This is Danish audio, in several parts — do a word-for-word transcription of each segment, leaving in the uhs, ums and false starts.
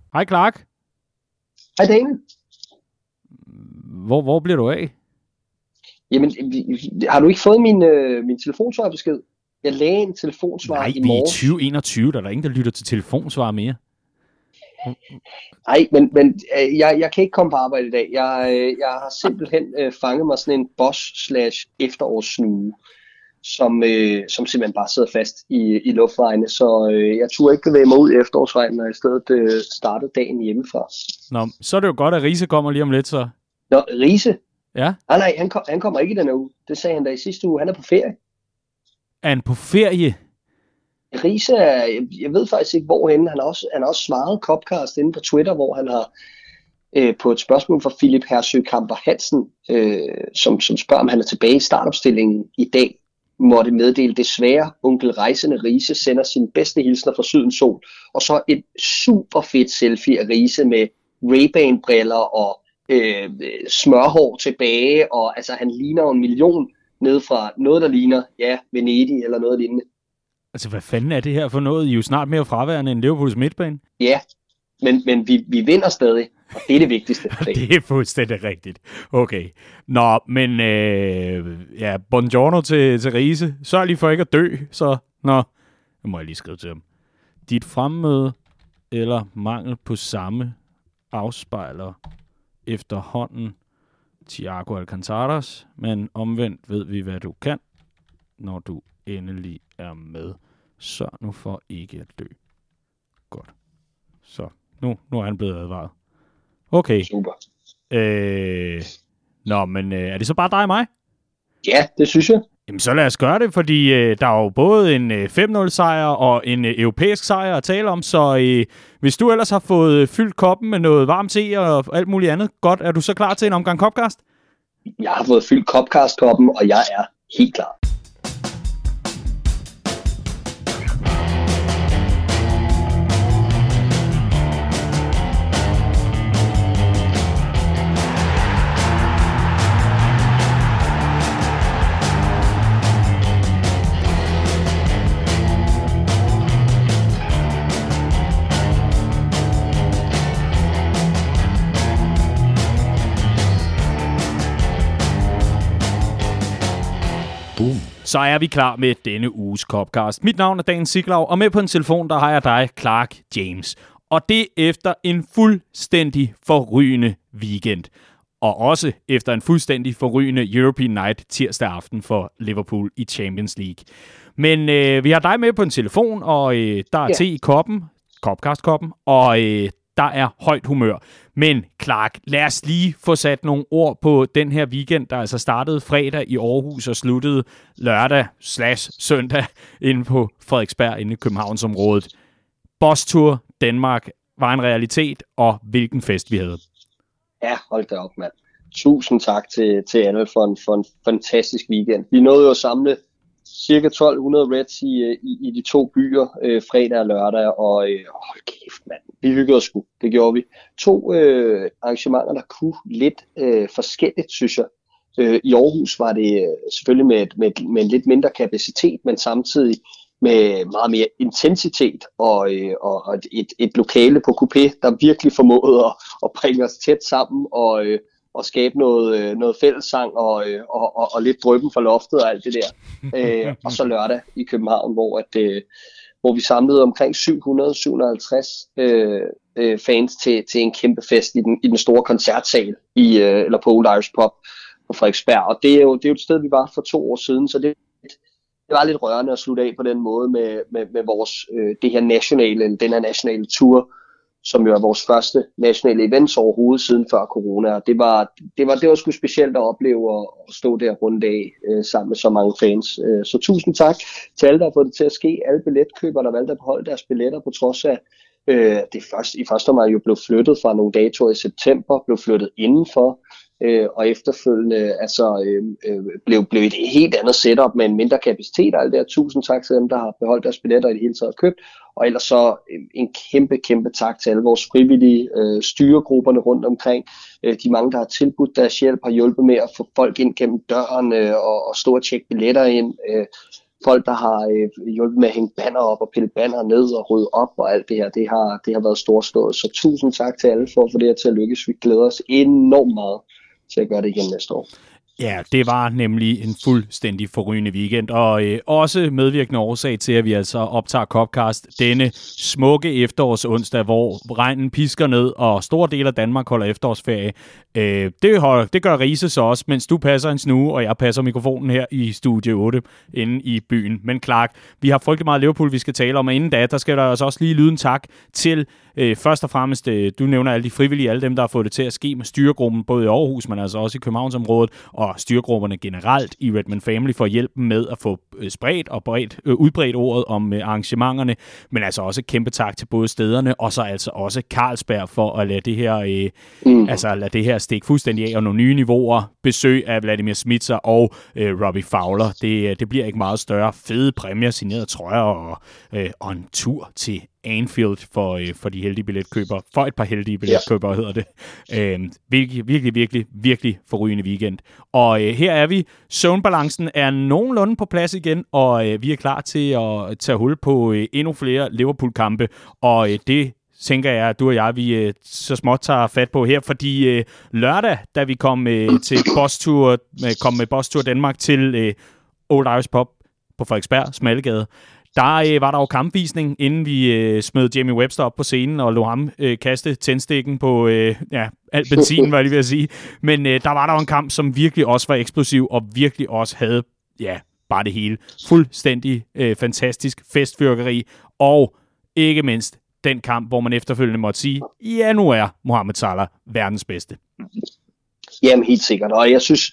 Hej Clark. Hej Daniel. Hvor, hvor bliver du af? Jamen, har du ikke fået min, øh, min telefonsvarbesked? Jeg lagde en telefonsvar Nej, i vi er i morges. tyve enogtyve, der er der ingen, der lytter til telefonsvar mere. Nej, men, men øh, jeg, jeg kan ikke komme på arbejde i dag. Jeg, øh, jeg har simpelthen øh, fanget mig sådan en boss-slash-efterårssnue, som, øh, som simpelthen bare sidder fast i, i luftvejene. Så øh, jeg turde ikke bevæge mig ud i efterårsvejen, når jeg i stedet øh, startede dagen hjemmefra. Nå, så er det jo godt, at Riese kommer lige om lidt, så. Nå, Riese? Ja? Ah, nej, han, kom, han kommer ikke i denne uge. Det sagde han da i sidste uge. Han er på ferie. Er han på ferie? Riese er, jeg, jeg ved faktisk ikke hvorhen. Han har også, han har også svaret Copcast inde på Twitter, hvor han har øh, på et spørgsmål fra Philip Hersø Kamper Hansen, øh, som, som spørger, om han er tilbage i startopstillingen i dag, måtte meddele desværre, onkel Rejsende Riese sender sine bedste hilsner fra Sydens Sol, og så et super fedt selfie af Riese med Ray-Ban-briller og øh, smørhår tilbage, og altså han ligner en million ned fra noget, der ligner, ja, Venedig eller noget lignende. Altså, hvad fanden er det her for noget? I er jo snart mere fraværende end Liverpools midtbane. Ja, men, men vi, vi vinder stadig, og det er det vigtigste. Det er fuldstændig rigtigt. Okay. Nå, men øh, ja, buongiorno til, til Riese. Sørg lige for ikke at dø, så nå, det må jeg lige skrive til ham. Dit fremmøde eller mangel på samme afspejler efterhånden Thiago Alcantaras, men omvendt ved vi, hvad du kan, når du endelig er med. Sørg nu for ikke at dø. Godt. Så, nu, nu er han blevet advaret. Okay. Super. Øh, nå, men øh, er det så bare dig og mig? Ja, det synes jeg. Jamen, så lad os gøre det, fordi øh, der er jo både en øh, fem nul sejr og en øh, europæisk sejr at tale om, så øh, hvis du ellers har fået fyldt koppen med noget varmt te og alt muligt andet, godt, er du så klar til en omgang Copcast? Jeg har fået fyldt Copcast-koppen, og jeg er helt klar. Så er vi klar med denne uges Copcast. Mit navn er Dan Siglau, og med på en telefon, der har jeg dig, Clark James. Og det efter en fuldstændig forrygende weekend. Og også efter en fuldstændig forrygende European Night tirsdag aften for Liverpool i Champions League. Men øh, vi har dig med på en telefon, og øh, der er ja. te i koppen, Copcast-koppen, og øh, der er højt humør. Men Clark, lad os lige få sat nogle ord på den her weekend, der altså startede fredag i Aarhus og sluttede lørdag slash søndag inde på Frederiksberg inde i Københavnsområdet. Boss Tour Danmark var en realitet, og hvilken fest vi havde. Ja, hold da op, mand. Tusind tak til, til alle for en, for en fantastisk weekend. Vi nåede jo at samle cirka tolv hundrede Reds i, i, i de to byer, øh, fredag og lørdag, og øh, hold kæft, mand. Vi hyggede os sgu. Det gjorde vi. To øh, arrangementer, der kunne lidt øh, forskelligt, synes jeg. Øh, I Aarhus var det øh, selvfølgelig med, med, med en lidt mindre kapacitet, men samtidig med meget mere intensitet og, øh, og et, et lokale på Coupé, der virkelig formåede at, at bringe os tæt sammen og, øh, og skabe noget, øh, noget fællessang og, øh, og, og, og lidt drøben fra loftet og alt det der. Øh, og så lørdag i København, hvor, at, øh, hvor vi samlede omkring syv hundrede til syv hundrede og halvtreds øh, øh, fans til, til en kæmpe fest i den, i den store koncertsal i, øh, eller på Old Irish Pub på Frederiksberg. Og det er, jo, det er jo et sted, vi var for to år siden, så det Det var lidt rørende at slutte af på den måde med, med, med vores, øh, det her nationale, den her nationale tour, som jo er vores første nationale events overhovedet siden før corona. Og det var, det var, det var sgu specielt at opleve at, at stå der rundt af øh, sammen med så mange fans. Øh, så tusind tak til alle, der har fået det til at ske. Alle billetkøbere, der valgte at beholde deres billetter, på trods af, øh, det første, i første omgang jo blev flyttet fra nogle datoer i september, blev flyttet indenfor. Øh, og efterfølgende altså, øh, øh, blev, blev et helt andet setup med en mindre kapacitet og alt det her. Tusind tak til dem, der har beholdt deres billetter i det hele taget købt. Og ellers så øh, en kæmpe, kæmpe tak til alle vores frivillige øh, styregrupperne rundt omkring. Øh, de mange, der har tilbudt deres hjælp, har hjulpet med at få folk ind gennem døren øh, og, og stå og tjekke billetter ind. Øh, folk, der har øh, hjulpet med at hænge banner op og pille banner ned og rydde op og alt det her. Det har, det har været storslået. Så tusind tak til alle for at få det her til at lykkes. Vi glæder os enormt meget til at gøre det igen næste år. Ja, det var nemlig en fuldstændig forrygende weekend, og øh, også medvirkende årsag til, at vi altså optager Copcast denne smukke efterårsonsdag, hvor regnen pisker ned, og store dele af Danmark holder efterårsferie. Øh, det, holder, det gør Riese så også, mens du passer en snue, og jeg passer mikrofonen her i Studie otte inde i byen. Men Clark, vi har frygtelig meget Liverpool, vi skal tale om, og inden da, der skal der altså også lige lyde en tak til øh, først og fremmest, øh, du nævner alle de frivillige, alle dem, der har fået det til at ske med styregruppen, både i Aarhus, men altså også i Københavnsområdet, og styregrupperne generelt i Redman Family for at hjælpe dem med at få spredt og bredt, øh, udbredt ordet om øh, arrangementerne, men altså også kæmpe tak til både stederne, og så altså også Carlsberg for at lade det her, øh, mm. altså lade det her stikke fuldstændig af, og nogle nye niveauer, besøg af Vladimir Smitser og øh, Robbie Fowler. Det, det bliver ikke meget større. Fede præmier, signerede trøjer og, øh, og en tur til Anfield for, øh, for de heldige billetkøbere. For et par heldige billetkøbere, ja. hedder det. Øh, virkelig, virkelig, virkelig, virkelig forrygende weekend. Og øh, her er vi. Søvnbalancen er nogenlunde på plads igen, og øh, vi er klar til at tage hul på øh, endnu flere Liverpool-kampe. Og øh, det tænker jeg, at du og jeg, vi øh, så småt tager fat på her, fordi øh, lørdag, da vi kom øh, til Boss Tour, øh, kom med Boss Tour Danmark til øh, Old Irish Pub på Frederiksberg, Smallegade, der øh, var der jo kampvisning, inden vi øh, smed Jamie Webster op på scenen og lå ham øh, kaste tændstikken på øh, ja, al benzin, var jeg lige ved at sige. Men øh, der var der jo en kamp, som virkelig også var eksplosiv, og virkelig også havde, ja, bare det hele. Fuldstændig øh, fantastisk festfyrkeri, og ikke mindst den kamp, hvor man efterfølgende måtte sige, ja, nu er Mohamed Salah verdens bedste. Jamen, helt sikkert. Og jeg synes,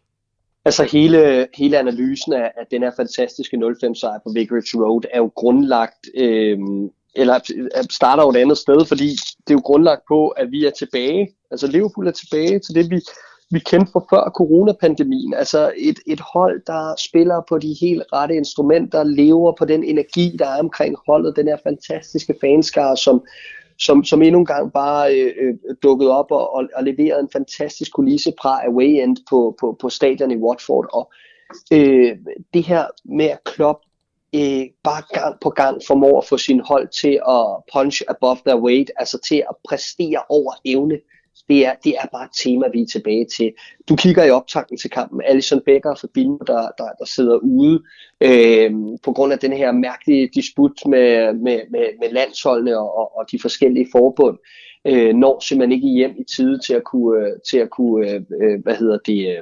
altså hele, hele analysen af, af den her fantastiske nul fem sejr på Vicarage Road er jo grundlagt, øh, eller starter jo et andet sted, fordi det er jo grundlagt på, at vi er tilbage, altså Liverpool er tilbage til det, vi, vi kendte fra før coronapandemien. Altså et, et hold, der spiller på de helt rette instrumenter, lever på den energi, der er omkring holdet, den her fantastiske fanskare, som Som, som endnu en gang bare øh, dukkede op og, og, og leverede en fantastisk kulisse fra away end på, på, på stadion i Watford. Og øh, det her med at Klopp øh, bare gang på gang formår at få sin hold til at punch above their weight, altså til at præstere over evne, det er, det er bare et tema, vi er tilbage til. Du kigger i optakten til kampen, Alisson Becker og Fabinho, der, der, der sidder ude øh, på grund af den her mærkelige disput med, med, med, med landsholdene og, og, og de forskellige forbund, øh, når simpelthen ikke hjem i tide til at kunne, til at kunne øh, hvad hedder det,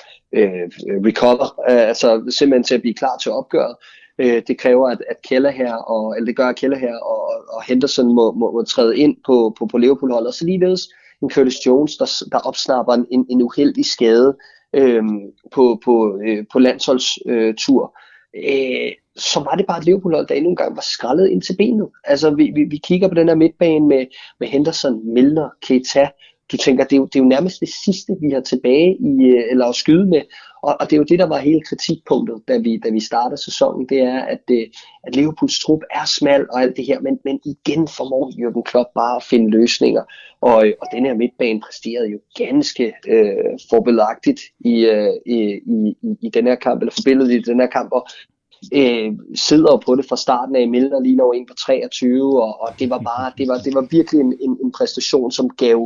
øh, recover, øh, altså simpelthen til at blive klar til opgøret. Øh, det kræver, at, at Keller her, og, eller det gør, at Keller her og, og Henderson må, må, må træde ind på, på, på Liverpool-holdet, og så ligeledes en Curtis Jones, der, der opsnapper en, en uheldig skade øh, på, på, øh, på landsholdstur. Øh, så var det bare et Liverpool-hold, der endnu en gang var skrællet ind til benet. Altså, vi, vi, vi kigger på den her midtbane med, med Henderson, Milner, Keita. Du tænker, det er, jo, det er jo nærmest det sidste, vi har tilbage i, eller at skyde med. Og, og det er jo det, der var hele kritikpunktet, da vi, da vi startede sæsonen. Det er, at, at Liverpools trup er smal og alt det her. Men, men igen formår Jürgen Klopp bare at finde løsninger. Og, og den her midtbane præsterede jo ganske øh, forbilledagtigt i, øh, i, i, i den her kamp, eller forbilledet i den her kamp. Og øh, sidder jo på det fra starten af. Milner lige når en på treogtyve, og, og det var bare, det var, det var virkelig en, en, en præstation, som gav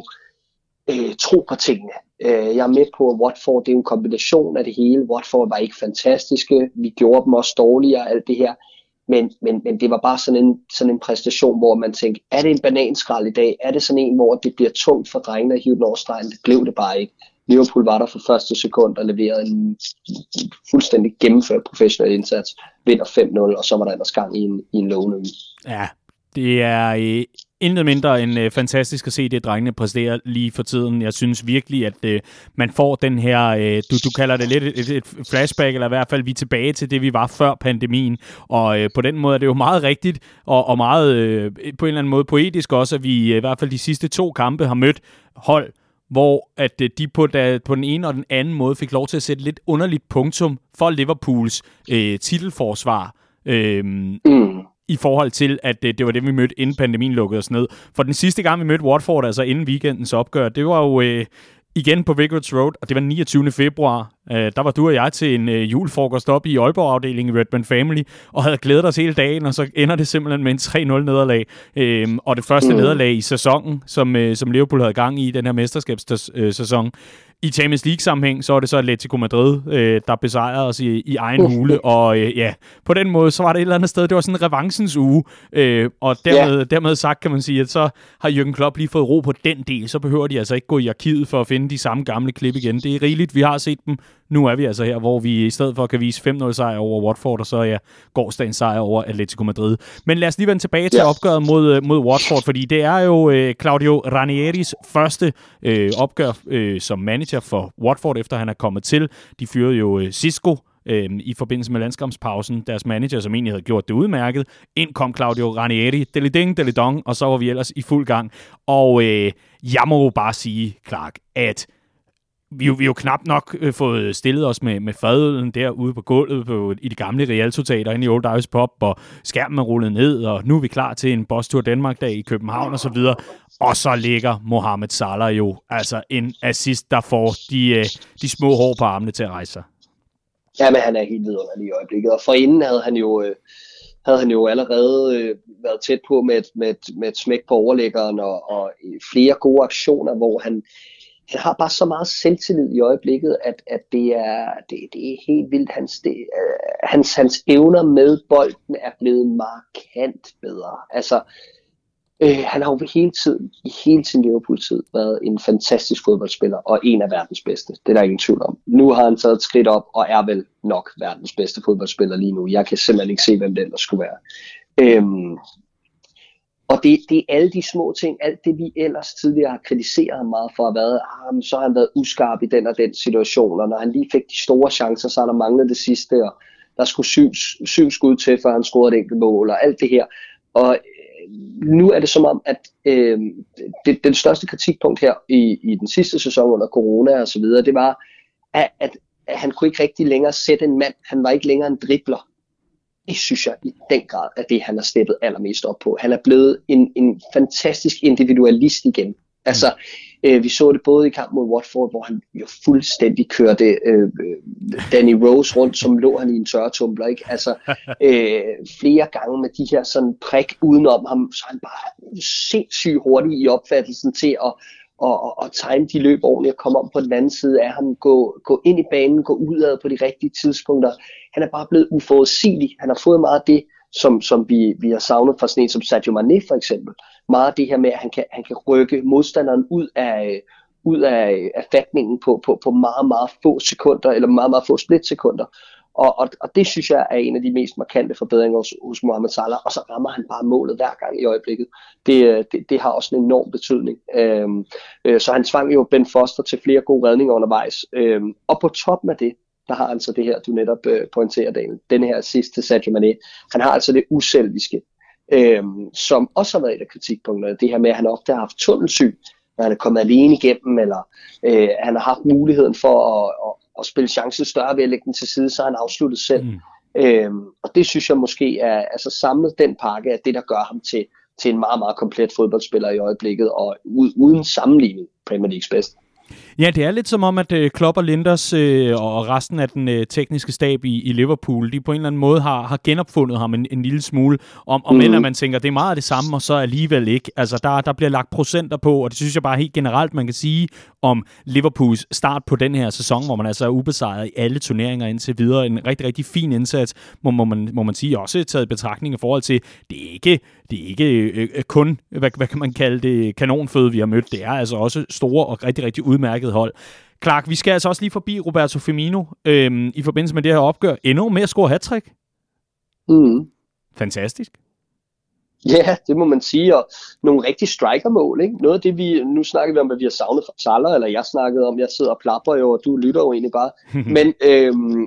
Øh, tro på tingene. Øh, jeg er med på, at Watford, det er en kombination af det hele. Watford var ikke fantastiske. Vi gjorde dem også dårligere, alt det her. Men, men, men det var bare sådan en, sådan en præstation, hvor man tænkte, er det en bananskrald i dag? Er det sådan en, hvor det bliver tungt for drengene at hive den over stregen? Det blev det bare ikke. Liverpool var der for første sekund og leverede en fuldstændig gennemført professionel indsats. Vinder fem nul, og så var der ellers gang i en, i en lovende uge. Ja, det er øh, intet mindre end øh, fantastisk at se det, drengene præsterer lige for tiden. Jeg synes virkelig, at øh, man får den her, øh, du, du kalder det lidt et, et flashback, eller i hvert fald vi er tilbage til det, vi var før pandemien. Og øh, på den måde er det jo meget rigtigt, og, og meget øh, på en eller anden måde poetisk også, at vi øh, i hvert fald de sidste to kampe har mødt hold, hvor at øh, de på, da, på den ene og den anden måde fik lov til at sætte lidt underligt punktum for Liverpools øh, titelforsvar. Øh, mm. I forhold til, at det, det var det, vi mødte, inden pandemien lukkede os ned. For den sidste gang, vi mødte Watford, altså inden weekendens opgør, det var jo øh, igen på Vicarage Road, og det var den niogtyvende februar. Uh, der var du og jeg til en uh, julefrokost op i Aalborg-afdelingen i Redman Family, og havde glædet os hele dagen, og så ender det simpelthen med en tre nul nederlag. Uh, og det første mm. nederlag i sæsonen, som, uh, som Liverpool havde gang i, den her mesterskabssæson. I Champions League-sammenhæng, så var det så Atletico Madrid, øh, der besejrede os i, i egen hule, og øh, ja, på den måde, så var det et eller andet sted, det var sådan en revancens uge, øh, og dermed, yeah. dermed sagt kan man sige, at så har Jürgen Klopp lige fået ro på den del, så behøver de altså ikke gå i arkivet for at finde de samme gamle klip igen. Det er rigeligt, vi har set dem. Nu er vi altså her, hvor vi i stedet for kan vise fem nul sejr over Watford, og så ja, gårsdagens sejr over Atletico Madrid. Men lad os lige vende tilbage til yeah. opgøret mod, mod Watford, fordi det er jo øh, Claudio Ranieris første øh, opgør øh, som manager for Watford, efter han er kommet til. De fyrede jo øh, Xisco øh, i forbindelse med landskampspausen, deres manager, som egentlig havde gjort det udmærket. Ind kom Claudio Ranieri, deliding, delidong, og så var vi ellers i fuld gang. Og øh, jeg må jo bare sige, Clark, at Vi har jo knap nok øh, fået stillet os med, med fadølen derude på gulvet på, i de gamle Real-totater inde i Old Irish Pub, og skærmen er rullet ned, og nu er vi klar til en Boss Tour Danmark-dag i København og så videre. Og så ligger Mohamed Salah jo altså en assist, der får de, øh, de små hår på armene til at rejse sig. Jamen, han er helt vidunderlig i øjeblikket, og forinden havde han jo... Øh havde han jo allerede øh, været tæt på med et, med et, med et smæk på overlæggeren og, og flere gode aktioner, hvor han, han har bare så meget selvtillid i øjeblikket, at, at det, er, det, det er helt vildt. Hans, det, øh, hans, hans evner med bolden er blevet markant bedre. Altså, øh, han har jo hele tiden, i hele sin Liverpool-tid, været en fantastisk fodboldspiller og en af verdens bedste. Det er der ingen tvivl om. Nu har han taget et skridt op og er vel nok verdens bedste fodboldspiller lige nu. Jeg kan simpelthen ikke se, hvem den der skulle være. Øhm, og det, det er alle de små ting, alt det vi ellers tidligere har kritiseret ham meget for at have været, ah, så har han været uskarp i den og den situation, og når han lige fik de store chancer, så har der manglet det sidste, og der skulle syv, syv skud til, før han scorede et enkelt mål, og alt det her. Og nu er det som om, at øh, det, den største kritikpunkt her i, i den sidste sæson under corona og så videre, det var, at, at, at han kunne ikke rigtig længere sætte en mand. Han var ikke længere en dribler. Det synes jeg i den grad er det, han har steppet allermest op på. Han er blevet en, en fantastisk individualist igen. Altså, øh, vi så det både i kampen mod Watford, hvor han jo fuldstændig kørte øh, Danny Rose rundt, som lå han i en tørretumbler, ikke? Altså, øh, flere gange med de her sådan prik udenom ham, så er han bare sindssygt hurtig i opfattelsen til at og, og, og time de løb ordentligt og komme om på den anden side af ham, gå, gå ind i banen, gå udad på de rigtige tidspunkter. Han er bare blevet uforudsigelig. Han har fået meget af det, som, som vi, vi har savnet fra sådan en som Sadio Mane for eksempel. Meget af det her med, at han kan, han kan rykke modstanderen ud af, ud af, af fatningen på, på, på meget, meget få sekunder, eller meget, meget få splitsekunder. Og, og, og det synes jeg er en af de mest markante forbedringer hos, hos Mohamed Salah, og så rammer han bare målet hver gang i øjeblikket. Det, det, det har også en enorm betydning. Øhm, øh, så han tvang jo Ben Foster til flere gode redninger undervejs. Øhm, og på toppen af det, der har han så det her, du netop øh, pointerer, Daniel. Den her sidste Sadio Mane. Han har altså det uselviske, øhm, som også har været et af kritikpunkterne. Det her med, at han ofte har haft tunnelsyn, når han er kommet alene igennem, eller øh, han har haft muligheden for at, at, at spille chancen større ved at lægge den til side, så har han afsluttet selv. Mm. Øhm, og det synes jeg måske er altså samlet den pakke af det, der gør ham til, til en meget, meget komplet fodboldspiller i øjeblikket, og uden sammenligning Premier Leagues bedste. Ja, det er lidt som om, at øh, Klopp og Linders øh, og resten af den øh, tekniske stab i, i Liverpool, de på en eller anden måde har, har genopfundet ham en, en lille smule, om, om mm. end at man tænker, det er meget af det samme, og så alligevel ikke. Altså, der, der bliver lagt procenter på, og det synes jeg bare helt generelt, man kan sige om Liverpools start på den her sæson, hvor man altså er ubesejret i alle turneringer indtil videre. En rigtig, rigtig fin indsats, må, må, man, må man sige, også taget i betragtning i forhold til, det er ikke, det er ikke øh, kun, hvad, hvad kan man kalde det, kanonføde, vi har mødt. Det er altså også store og rigtig, rigtig udmærkede hold. Clark, vi skal altså også lige forbi Roberto Firmino øhm, i forbindelse med det her opgør. Endnu mere score hat-trick. Mm. Fantastisk. Ja, det må man sige, og nogle rigtig strikermål, ikke? Noget af det, vi, nu snakker vi om, hvad vi har savnet fra Salah, eller jeg snakkede om, jeg sidder og plapper jo, og du lytter jo egentlig bare. men, øhm,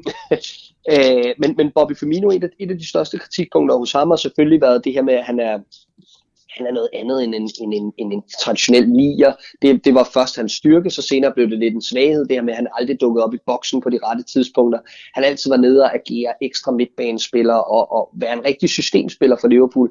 øh, men, men Bobby Firmino, et af, et af de største kritikpunkter hos ham har selvfølgelig været det her med, at han er han er noget andet end en, en, en, en, en traditionel nier. Det, det var først hans styrke, så senere blev det lidt en svaghed, det her med, at han aldrig dukkede op i boksen på de rette tidspunkter. Han altid var nede og agere ekstra midtbanespiller og, og være en rigtig systemspiller for Liverpool.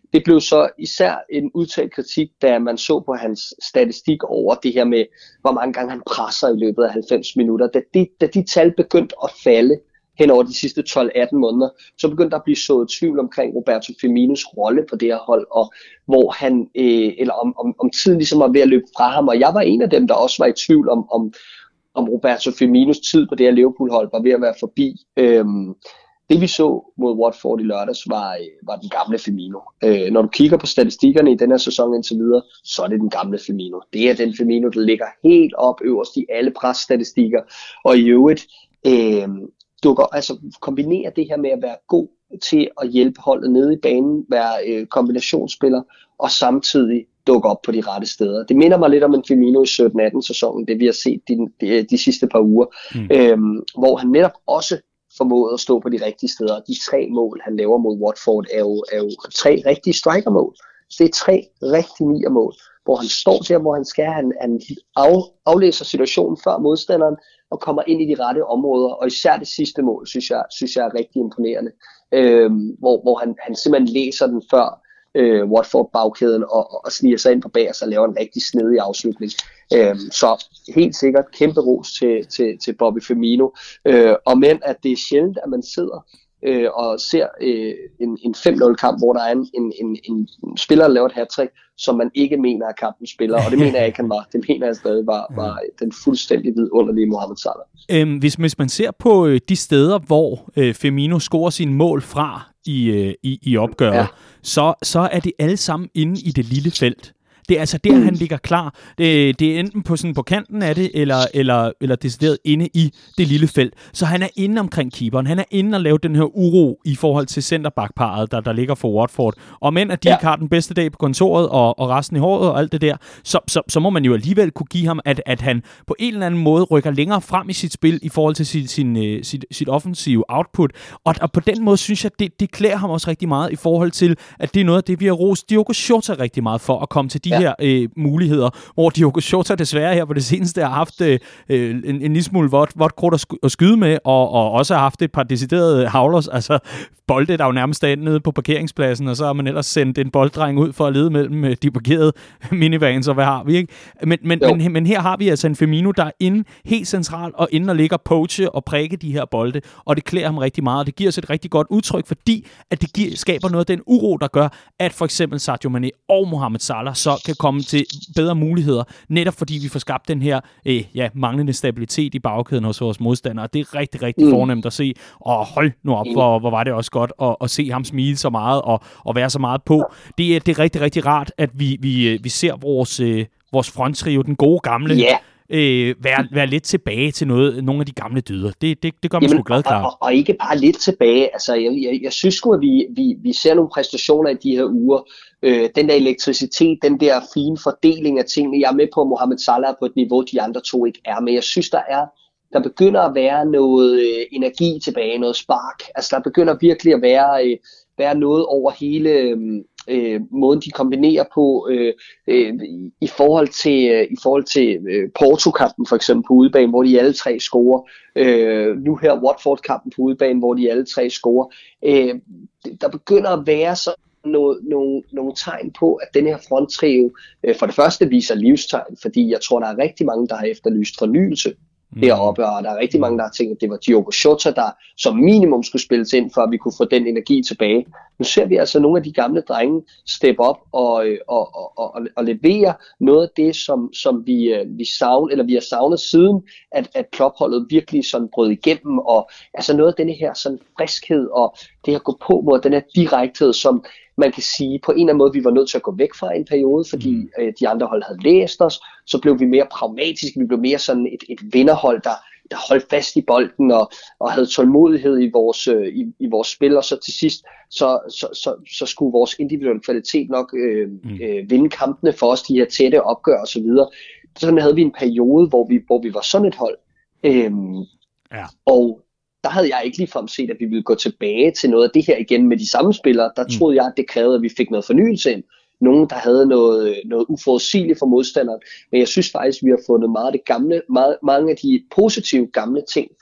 det blev så især en udtalt kritik, da man så på hans statistik over det her med, hvor mange gange han presser i løbet af halvfems minutter. Da de, da de tal begyndte at falde hen over de sidste tolv atten måneder, så begyndte der at blive sået tvivl omkring Roberto Firminos rolle på det her hold, og hvor han, øh, eller om, om, om tiden ligesom var ved at løbe fra ham. Og jeg var en af dem, der også var i tvivl om, om, om Roberto Firminos tid på det her Liverpool-hold var ved at være forbi. Øhm, Det vi så mod Watford i lørdags var, var den gamle Firmino. Øh, når du kigger på statistikkerne i den her sæson indtil videre, så er det den gamle Firmino. Det er den Firmino, der ligger helt op øverst i alle presstatistikker. Og i øvrigt øh, dukker, altså kombinerer det her med at være god til at hjælpe holdet nede i banen, være øh, kombinationsspiller, og samtidig dukke op på de rette steder. Det minder mig lidt om en Firmino i sytten atten sæsonen, det vi har set de, de, de sidste par uger, mm. øh, hvor han netop også formået at stå på de rigtige steder. De tre mål, han laver mod Watford, er jo, er jo tre rigtige strikermål. Så det er tre rigtige nier-mål, hvor han står der, hvor han skal. Han, han af, aflæser situationen før modstanderen og kommer ind i de rette områder. Og især det sidste mål, synes jeg, synes jeg er rigtig imponerende. Øhm, hvor hvor han, han simpelthen læser den før øh, Watford-bagkæden og, og sniger sig ind på bag og laver en rigtig snedig afslutning. Øhm, så helt sikkert kæmpe ros til, til, til Bobby Firmino. Øh, og men at det er sjældent, at man sidder øh, og ser øh, en, en fem nul kamp, hvor der er en, en, en, en spiller, der laver et hat-trick, som man ikke mener, at kampen spiller. Og det mener jeg ikke, han var. Det mener jeg stadig var, var den fuldstændig vidunderlige Mohamed Salah. Øhm, hvis, hvis man ser på øh, de steder, hvor øh, Firmino scorer sine mål fra i, øh, i, i opgøret, ja. så, så er det alle sammen inde i det lille felt. Det er altså der, han ligger klar. Det, det er enten på, sådan, på kanten af det, eller, eller, eller decideret inde i det lille felt. Så han er inde omkring keeperen. Han er inde og lave den her uro i forhold til centerbackparet, der, der ligger for Watford. Og men at de ja. ikke har den bedste dag på kontoret, og, og resten i håret og alt det der, så, så, så må man jo alligevel kunne give ham, at, at han på en eller anden måde rykker længere frem i sit spil, i forhold til sit, sin, sit, sit offensive output. Og, og på den måde synes jeg, det, det klæder ham også rigtig meget, i forhold til, at det er noget af det, vi har rost Diogo Jota rigtig meget for, at komme til de her øh, muligheder, hvor Diogo Jota desværre her på det seneste har haft øh, en, en lille smule vådt, vådt krudt at, sk- at skyde med, og, og også har haft et par deciderede havlers, altså bolde, der jo nærmest er nede på parkeringspladsen, og så har man ellers sendt en bolddreng ud for at lede mellem de parkerede minivans, og hvad har vi, ikke? Men, men, men, men her har vi altså en Firmino, der er inde helt centralt, og inde og ligger poache og prikke de her bolde, og det klæder ham rigtig meget, og det giver os et rigtig godt udtryk, fordi at det giver, skaber noget af den uro, der gør, at for eksempel Sadio Mane og Mohamed Salah så kan komme til bedre muligheder, netop fordi vi får skabt den her øh, ja, manglende stabilitet i bagkæden hos vores modstandere. Det er rigtig, rigtig mm. fornemt at se, og hold nu op, hvor, hvor var det også godt at, at se ham smile så meget, og, og være så meget på. Det er, det er rigtig, rigtig rart, at vi, vi, vi ser vores, øh, vores fronttrio, den gode gamle, yeah. Øh, være, være lidt tilbage til noget, nogle af de gamle dyder. Det, det, det gør mig sgu glad, klar. Og, og, og ikke bare lidt tilbage. Altså, jeg, jeg, jeg synes sgu, at vi, vi, vi ser nogle præstationer i de her uger. Øh, den der elektricitet, den der fine fordeling af tingene. Jeg er med på, at Mohamed Salah er på et niveau, de andre to ikke er. Men jeg synes, der er der begynder at være noget øh, energi tilbage, noget spark. Altså, der begynder virkelig at være, øh, være noget over hele... Øh, Øh, måden de kombinerer på øh, øh, i forhold til øh, i forhold til øh, Porto-kampen for eksempel på udebane, hvor de alle tre scorer. Øh, nu her Watford-kampen på udebane, hvor de alle tre scorer. Øh, der begynder at være så nogle, nogle, nogle tegn på, at den her fronttrio øh, for det første viser livstegn, fordi jeg tror, der er rigtig mange, der har efterlyst fornyelse deroppe, og der er rigtig mange, der har tænkt, at det var Diogo Jota, der som minimum skulle spilles ind, for at vi kunne få den energi tilbage. Nu ser vi altså nogle af de gamle drenge steppe op og, og, og, og, og levere noget af det, som, som vi, vi, savn, eller vi har savnet siden, at, at Klopp-holdet virkelig sådan brød igennem, og altså noget af denne her sådan friskhed, og det at gå på mod den her direkthed, som man kan sige, på en eller anden måde, vi var nødt til at gå væk fra en periode, fordi mm. øh, de andre hold havde læst os, så blev vi mere pragmatiske, vi blev mere sådan et, et vinderhold, der, der holdt fast i bolden, og, og havde tålmodighed i vores, øh, i, i vores spil, og så til sidst, så, så, så, så skulle vores individuelle kvalitet nok øh, mm. øh, vinde kampene for os, de her tætte opgør og så videre. Sådan havde vi en periode, hvor vi, hvor vi var sådan et hold. Øhm, ja. Og der havde jeg ikke ligefrem set, at vi ville gå tilbage til noget af det her igen med de samme spillere. Der troede jeg, at det krævede, at vi fik noget fornyelse ind. Nogen, der havde noget, noget uforudsigeligt for modstanderen. Men jeg synes faktisk, at vi har fundet meget af det gamle, meget, mange af de positive gamle ting frem.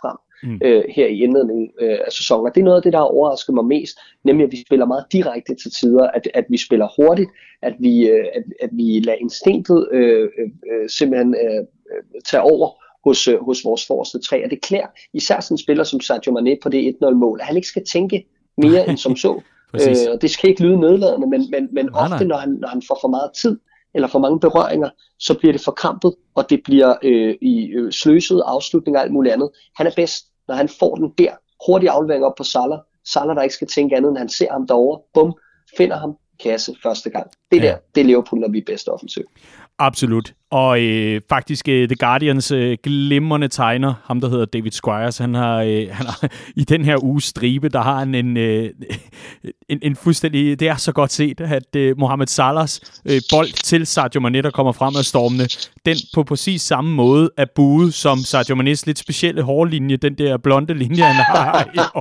mm. øh, her i indledningen øh, af sæsonen. Og det er noget af det, der har overrasket mig mest, nemlig at vi spiller meget direkte til tider, at, at vi spiller hurtigt, at vi, øh, at, at vi lader instinktet øh, øh, simpelthen øh, tage over hos, øh, hos vores forreste tre. Og det klæder især sådan en spiller som Sadio Mané på det et nul-mål, at han ikke skal tænke mere end som så. øh, og det skal ikke lyde nedladende, men, men, men nej, ofte, nej. Når, han, når han får for meget tid, eller for mange berøringer, så bliver det forkrampet, og det bliver øh, i øh, sløset afslutning og alt muligt andet. Han er bedst, når han får den der hurtige aflevering op på Salah. Salah, der ikke skal tænke andet, end han ser ham derovre. Bum, finder ham, kasse første gang. Det ja. der, det er Liverpool, når vi er bedst offensivt. Absolut. Og øh, faktisk øh, The Guardians øh, glimrende tegner, ham der hedder David Squires, han har, øh, han har i den her uges stribe, der har han en, øh, en, en fuldstændig, det er så godt set, at øh, Mohamed Salahs øh, bold til Sadio Mané, der kommer frem af stormene, den på præcis samme måde er buet som Sadio Manés lidt specielle hårlinje, den der blonde linje, han har.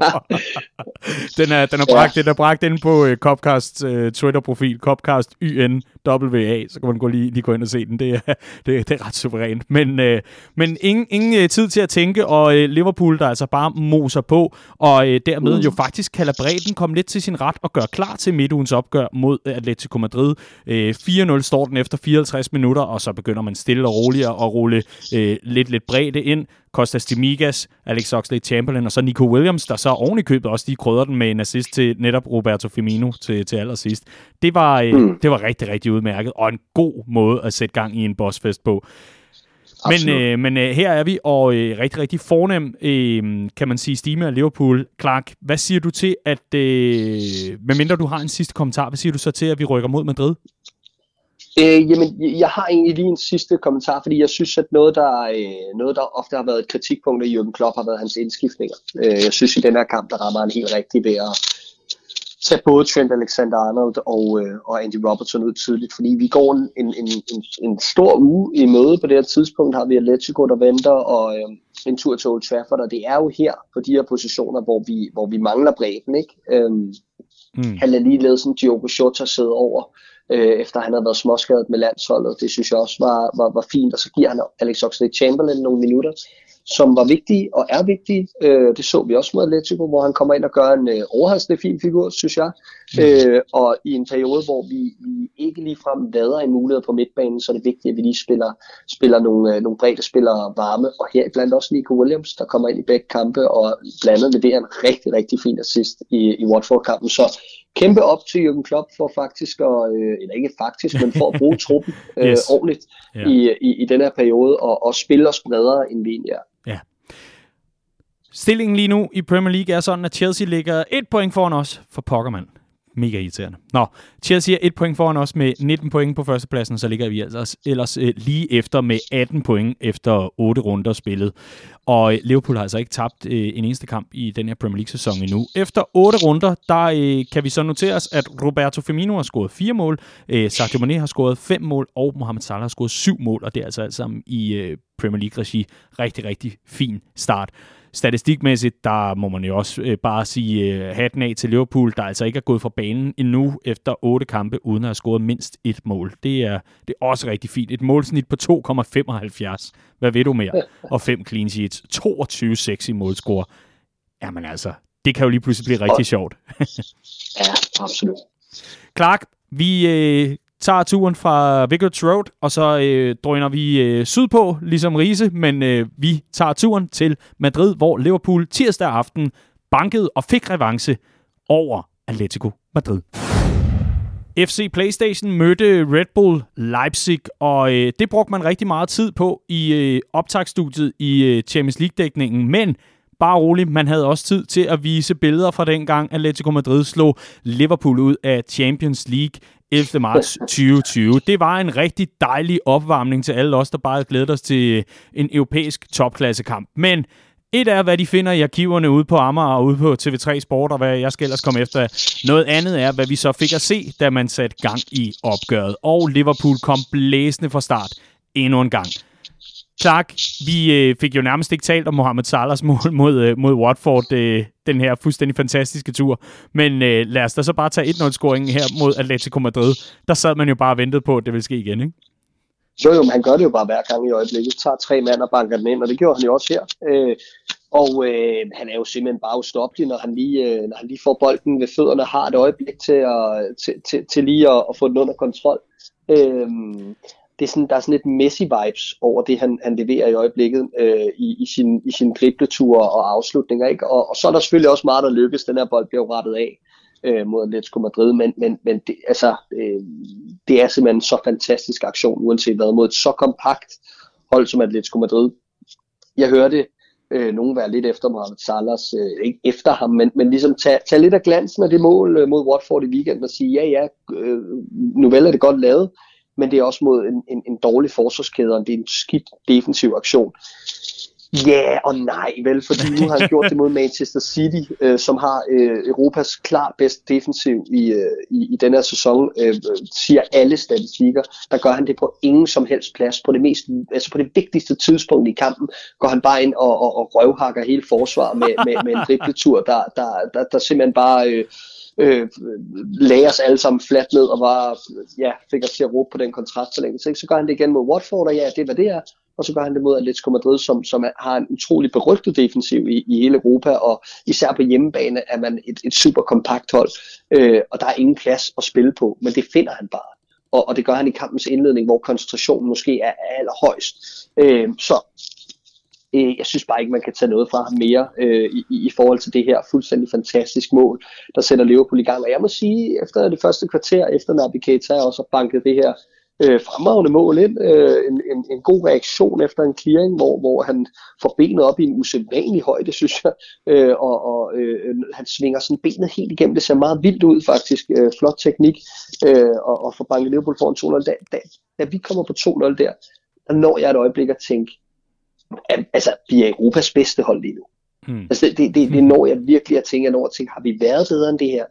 den er, den er bragt, den er bragt ind på øh, Copcast øh, Twitter-profil, Copcast Y N W A, så kan man gå lige, lige gå ind og se den. Det er, det, det er ret suverænt. Men, øh, men ingen, ingen tid til at tænke, og øh, Liverpool, der altså bare moser på, og øh, dermed jo faktisk kalder bredden komme lidt til sin ret og gør klar til midtugens opgør mod Atletico Madrid. Øh, fire nul står den efter fireoghalvtreds minutter, og så begynder man stille og roligt at rulle øh, lidt, lidt bredde ind. Kostas Dimigas, Alex Oxlade-Chamberlain og så Nico Williams, der så oven i købet også lige krydder den med en assist til netop Roberto Firmino til, til allersidst. Det var, øh, mm. det var rigtig, rigtig udmærket, og en god måde at sætte gang i en bossfest på. Men, øh, men øh, her er vi, og øh, rigtig, rigtig fornem, øh, kan man sige, stime af Liverpool. Clark, hvad siger du til, at, øh, medmindre du har en sidste kommentar, hvad siger du så til, at vi rykker mod Madrid? Øh, jamen, jeg har egentlig lige en sidste kommentar, fordi jeg synes, at noget, der, øh, noget, der ofte har været et kritikpunkt af Jürgen Klopp, har været hans indskiftninger. Øh, jeg synes, i den her kamp, der rammer han helt rigtigt ved at tage både Trent Alexander-Arnold og, øh, og Andy Robertson ud tidligt, fordi vi går en, en, en, en stor uge i møde. På det her tidspunkt har vi Atletico, der venter, og øh, en tur til Old Trafford, og det er jo her, på de her positioner, hvor vi, hvor vi mangler bredden, ikke? Øh, mm. Han lader lige lede sådan Diogo Jota sidde over, Øh, efter han havde været småskadet med landsholdet. Det synes jeg også var, var, var fint, og så giver han Alex Oxlade-Chamberlain nogle minutter, som var vigtige og er vigtige. Øh, det så vi også mod Atletico, hvor han kommer ind og gør en øh, overraskende fin figur, synes jeg. Mm. Øh, og i en periode, hvor vi, vi ikke ligefrem vader en mulighed på midtbanen, så er det vigtigt, at vi lige spiller, spiller nogle, øh, nogle brede spillere varme, og her blandt også Nico Williams, der kommer ind i begge kampe, og blandt andet leverer en rigtig, rigtig fin assist i, i Watford-kampen. Så kæmpe op til Jürgen Klopp for faktisk, at, øh, eller ikke faktisk, men for at bruge truppen øh, yes. ordentligt yeah. i, i, i den her periode, og, og spille os bredere, end vi egentlig er. Ja. Stillingen lige nu i Premier League er sådan, at Chelsea ligger et point foran os for pokkermand. Mega irriterende. Nå, Chelsea er et point foran os med nitten point på førstepladsen, så ligger vi altså ellers øh, lige efter med atten point efter otte runder spillet. Og Liverpool har altså ikke tabt øh, en eneste kamp i den her Premier League-sæson endnu. Efter otte runder, der øh, kan vi så notere os, at Roberto Firmino har scoret fire mål, øh, Sadio Mané har scoret fem mål, og Mohamed Salah har scoret syv mål, og det er altså alt sammen i øh, Premier League-regi. Rigtig, rigtig fin start. Statistikmæssigt, der må man jo også øh, bare sige øh, hatten af til Liverpool, der altså ikke er gået fra banen endnu efter otte kampe, uden at have scoret mindst et mål. Det er, det er også rigtig fint. Et målsnit på to komma femoghalvfjerds. Hvad ved du mere? Og fem clean sheets. toogtyve seks i målscore. Jamen altså, det kan jo lige pludselig blive rigtig sjovt. Ja, absolut. Clark, vi øh, tager turen fra Vicarage Road, og så øh, drøner vi øh, sydpå, ligesom Riese, men øh, vi tager turen til Madrid, hvor Liverpool tirsdag aften bankede og fik revanche over Atletico Madrid. F C PlayStation mødte Red Bull Leipzig, og øh, det brugte man rigtig meget tid på i øh, optagsstudiet i øh, Champions League-dækningen, men bare roligt, man havde også tid til at vise billeder fra dengang Atletico Madrid slog Liverpool ud af Champions League ellevte marts tyve tyve. Det var en rigtig dejlig opvarmning til alle os, der bare havde glædet os til en europæisk topklassekamp. Men et er, hvad de finder i arkiverne ude på Amager og ude på T V tre Sport, og hvad jeg skal ellers komme efter. Noget andet er, hvad vi så fik at se, da man satte gang i opgøret. Og Liverpool kom blæsende fra start endnu en gang. Clark, vi øh, fik jo nærmest ikke talt om Mohamed Salahs mål mod, øh, mod Watford, øh, den her fuldstændig fantastiske tur. Men øh, lad os da så bare tage et nul-scoringen her mod Atletico Madrid. Der sad man jo bare og ventede på, at det ville ske igen, ikke? Jo, jo, men han gør det jo bare hver gang i øjeblikket. Tager tre mand og banker den ind, og det gjorde han jo også her. Øh, Og øh, han er jo simpelthen bare ustoppelig, når han lige, øh, når han lige får bolden ved fødderne og har et øjeblik til, at, til, til, til lige at, at få den under kontrol. Øh, det er sådan, der er sådan lidt Messi-vibes over det, han, han leverer i øjeblikket øh, i, i sin, i sin dribleture og afslutninger. Ikke? Og, og så er der selvfølgelig også meget, der lykkes. Den her bold bliver jo rettet af øh, mod Atletico Madrid, men, men, men det, altså, øh, det er simpelthen en så fantastisk aktion, uanset hvad, mod et så kompakt hold som Atletico Madrid. Jeg hørte øh, nogen være lidt efter Mohamed Salahs, øh, ikke efter ham, men, men ligesom tage, tage lidt af glansen af det mål øh, mod Watford i weekenden og sige, ja ja, øh, nu vel er det godt lavet, men det er også mod en, en, en dårlig forsvarskæde, og det er en skidt defensiv aktion. Ja yeah, og nej, vel, fordi nu har han gjort det mod Manchester City, øh, som har øh, Europas klart bedste defensiv i, øh, i, i den her sæson, øh, siger alle statistikker. Der gør han det på ingen som helst plads. På det, mest, altså på det vigtigste tidspunkt i kampen går han bare ind og, og, og røvhakker hele forsvaret med, med, med en dribletur, der, der, der, der simpelthen bare øh, øh, lagde os alle sammen fladt ned og bare ja, fik os til at råbe på den kontrastforlængelse. Så gør han det igen mod Watford, og ja, det var det her. Og så gør han det mod Atletico Madrid, som, som har en utrolig berygtet defensiv i, i hele Europa, og især på hjemmebane er man et, et super kompakt hold, øh, og der er ingen plads at spille på, men det finder han bare. Og, og det gør han i kampens indledning, hvor koncentrationen måske er allerhøjst. Øh, så øh, jeg synes bare ikke, man kan tage noget fra ham mere øh, i, i forhold til det her fuldstændig fantastisk mål, der sætter Liverpool i gang. Og jeg må sige, efter det første kvarter, efter Naby Keita også har banket det her Øh, fremragende mål ind, øh, en, en, en god reaktion efter en clearing, hvor, hvor han får benet op i en usædvanlig højde, synes jeg, øh, og, og øh, han svinger sådan benet helt igennem, det ser meget vildt ud faktisk, øh, flot teknik, øh, og, og får banket Liverpool foran to nul. Da, da, da vi kommer på to nul der, der når jeg et øjeblik at tænke, at, altså vi er Europas bedste hold lige nu. Hmm. Altså det, det, det, det når jeg virkelig at tænke, jeg når at tænke, har vi været bedre end det her?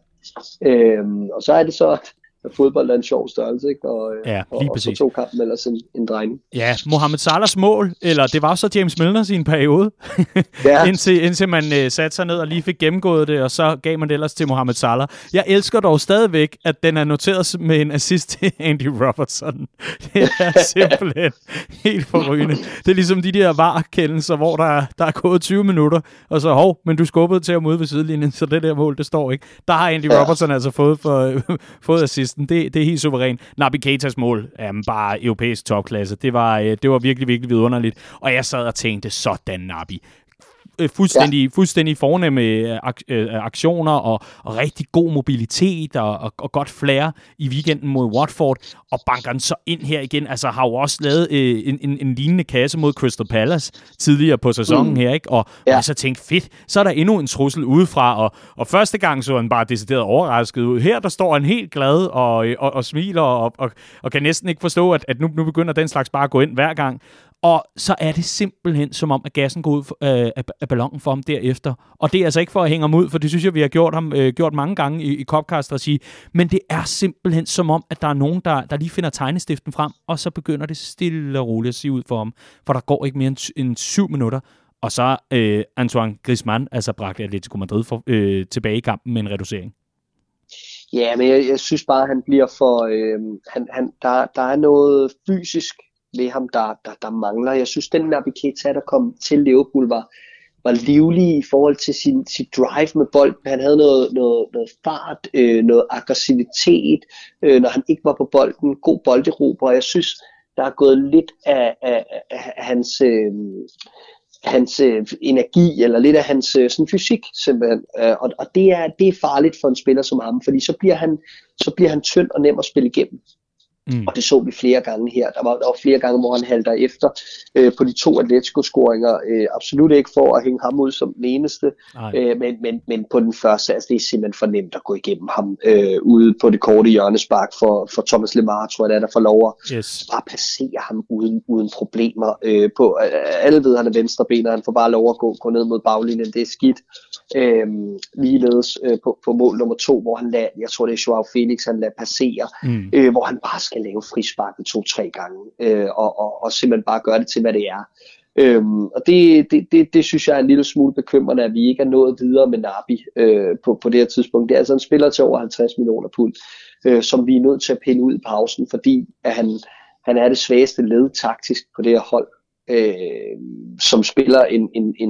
Øh, og så er det så, at fodbold er en sjov størrelse, ikke? Og, ja, og, og så tog kampen ellers en, en drejning. Ja, Mohamed Salahs mål, eller det var så James Milner i en periode, ja. indtil, indtil man øh, satte sig ned og lige fik gennemgået det, og så gav man det ellers til Mohamed Salah. Jeg elsker dog stadigvæk, at den er noteret med en assist til Andy Robertson. Det er simpelthen helt forrygende. Det er ligesom de der V A R-kendelser, hvor der, der er gået tyve minutter, og så, hov, men du skubbede til at møde ved sidelinjen, så det der mål, det står ikke. Der har Andy ja. Robertson altså fået, for, fået assist. Det, det er helt suverænt. Naby Keitas mål er bare europæisk topklasse. Det var, det var virkelig, virkelig vidunderligt. Og jeg sad og tænkte, sådan Naby. Fuldstændig, ja. fuldstændig fornemme ak- aktioner og, og rigtig god mobilitet og, og, og godt flair i weekenden mod Watford, og banker den så ind her igen. Altså har jo også lavet øh, en, en, en lignende kasse mod Crystal Palace tidligere på sæsonen mm. her, ikke? Og ja. jeg så tænkte, fedt, så er der endnu en trussel udefra, og, og første gang så han bare decideret overrasket ud. Her der står han helt glad og, og, og smiler og, og, og kan næsten ikke forstå, at, at nu, nu begynder den slags bare at gå ind hver gang. Og så er det simpelthen som om, at gassen går ud øh, af ballonen for ham derefter. Og det er altså ikke for at hænge ham ud, for det synes jeg, vi har gjort ham øh, gjort mange gange i, i Copcast-regi. Men det er simpelthen som om, at der er nogen, der, der lige finder tegnestiften frem, og så begynder det stille og roligt at sige ud for ham. For der går ikke mere end, end syv minutter. Og så øh, Antoine Griezmann, altså bragte Atletico Madrid for, øh, tilbage i kampen med en reducering. Ja, men jeg, jeg synes bare, han bliver for... Øh, han, han, der, der er noget fysisk ved ham, der, der, der mangler. Jeg synes, den Naby Keita, der kom til Liverpool, var, var livlig i forhold til sin, sin drive med bolden. Han havde noget, noget, noget fart, øh, noget aggressivitet, øh, når han ikke var på bolden. God bolderober, og jeg synes, der er gået lidt af, af, af hans, øh, hans øh, energi, eller lidt af hans øh, sådan fysik, simpelthen. Øh, og og det, er, det er farligt for en spiller som ham, fordi så bliver han, så bliver han tynd og nem at spille igennem. Mm. Og det så vi flere gange her. Der var, der var flere gange, hvor han halter efter øh, på de to Atletico-scoringer. Øh, absolut ikke for at hænge ham ud som den eneste, øh, men, men, men på den første, altså det er simpelthen for nemt at gå igennem ham øh, ude på det korte hjørnespark for, for Thomas Lemar, tror jeg det er, der får lov at yes. bare passere ham uden, uden problemer. Øh, på, øh, alle ved, han er venstreben, og han får bare lov at gå, gå ned mod baglinjen. Det er skidt. Øh, ligeledes øh, på, på mål nummer to, hvor han lader, jeg tror det er Joao Felix, han lader passere, mm. øh, hvor han bare skal lave frisparket to-tre gange, øh, og, og, og simpelthen bare gøre det til, hvad det er. Øhm, og det, det, det, det synes jeg er en lille smule bekymrende, at vi ikke er nået videre med Naby øh, på, på det her tidspunkt. Det er altså en spiller til over halvtreds millioner pund, øh, som vi er nødt til at pille ud i pausen, fordi at han, han er det svageste led taktisk på det her hold, øh, som spiller en, en, en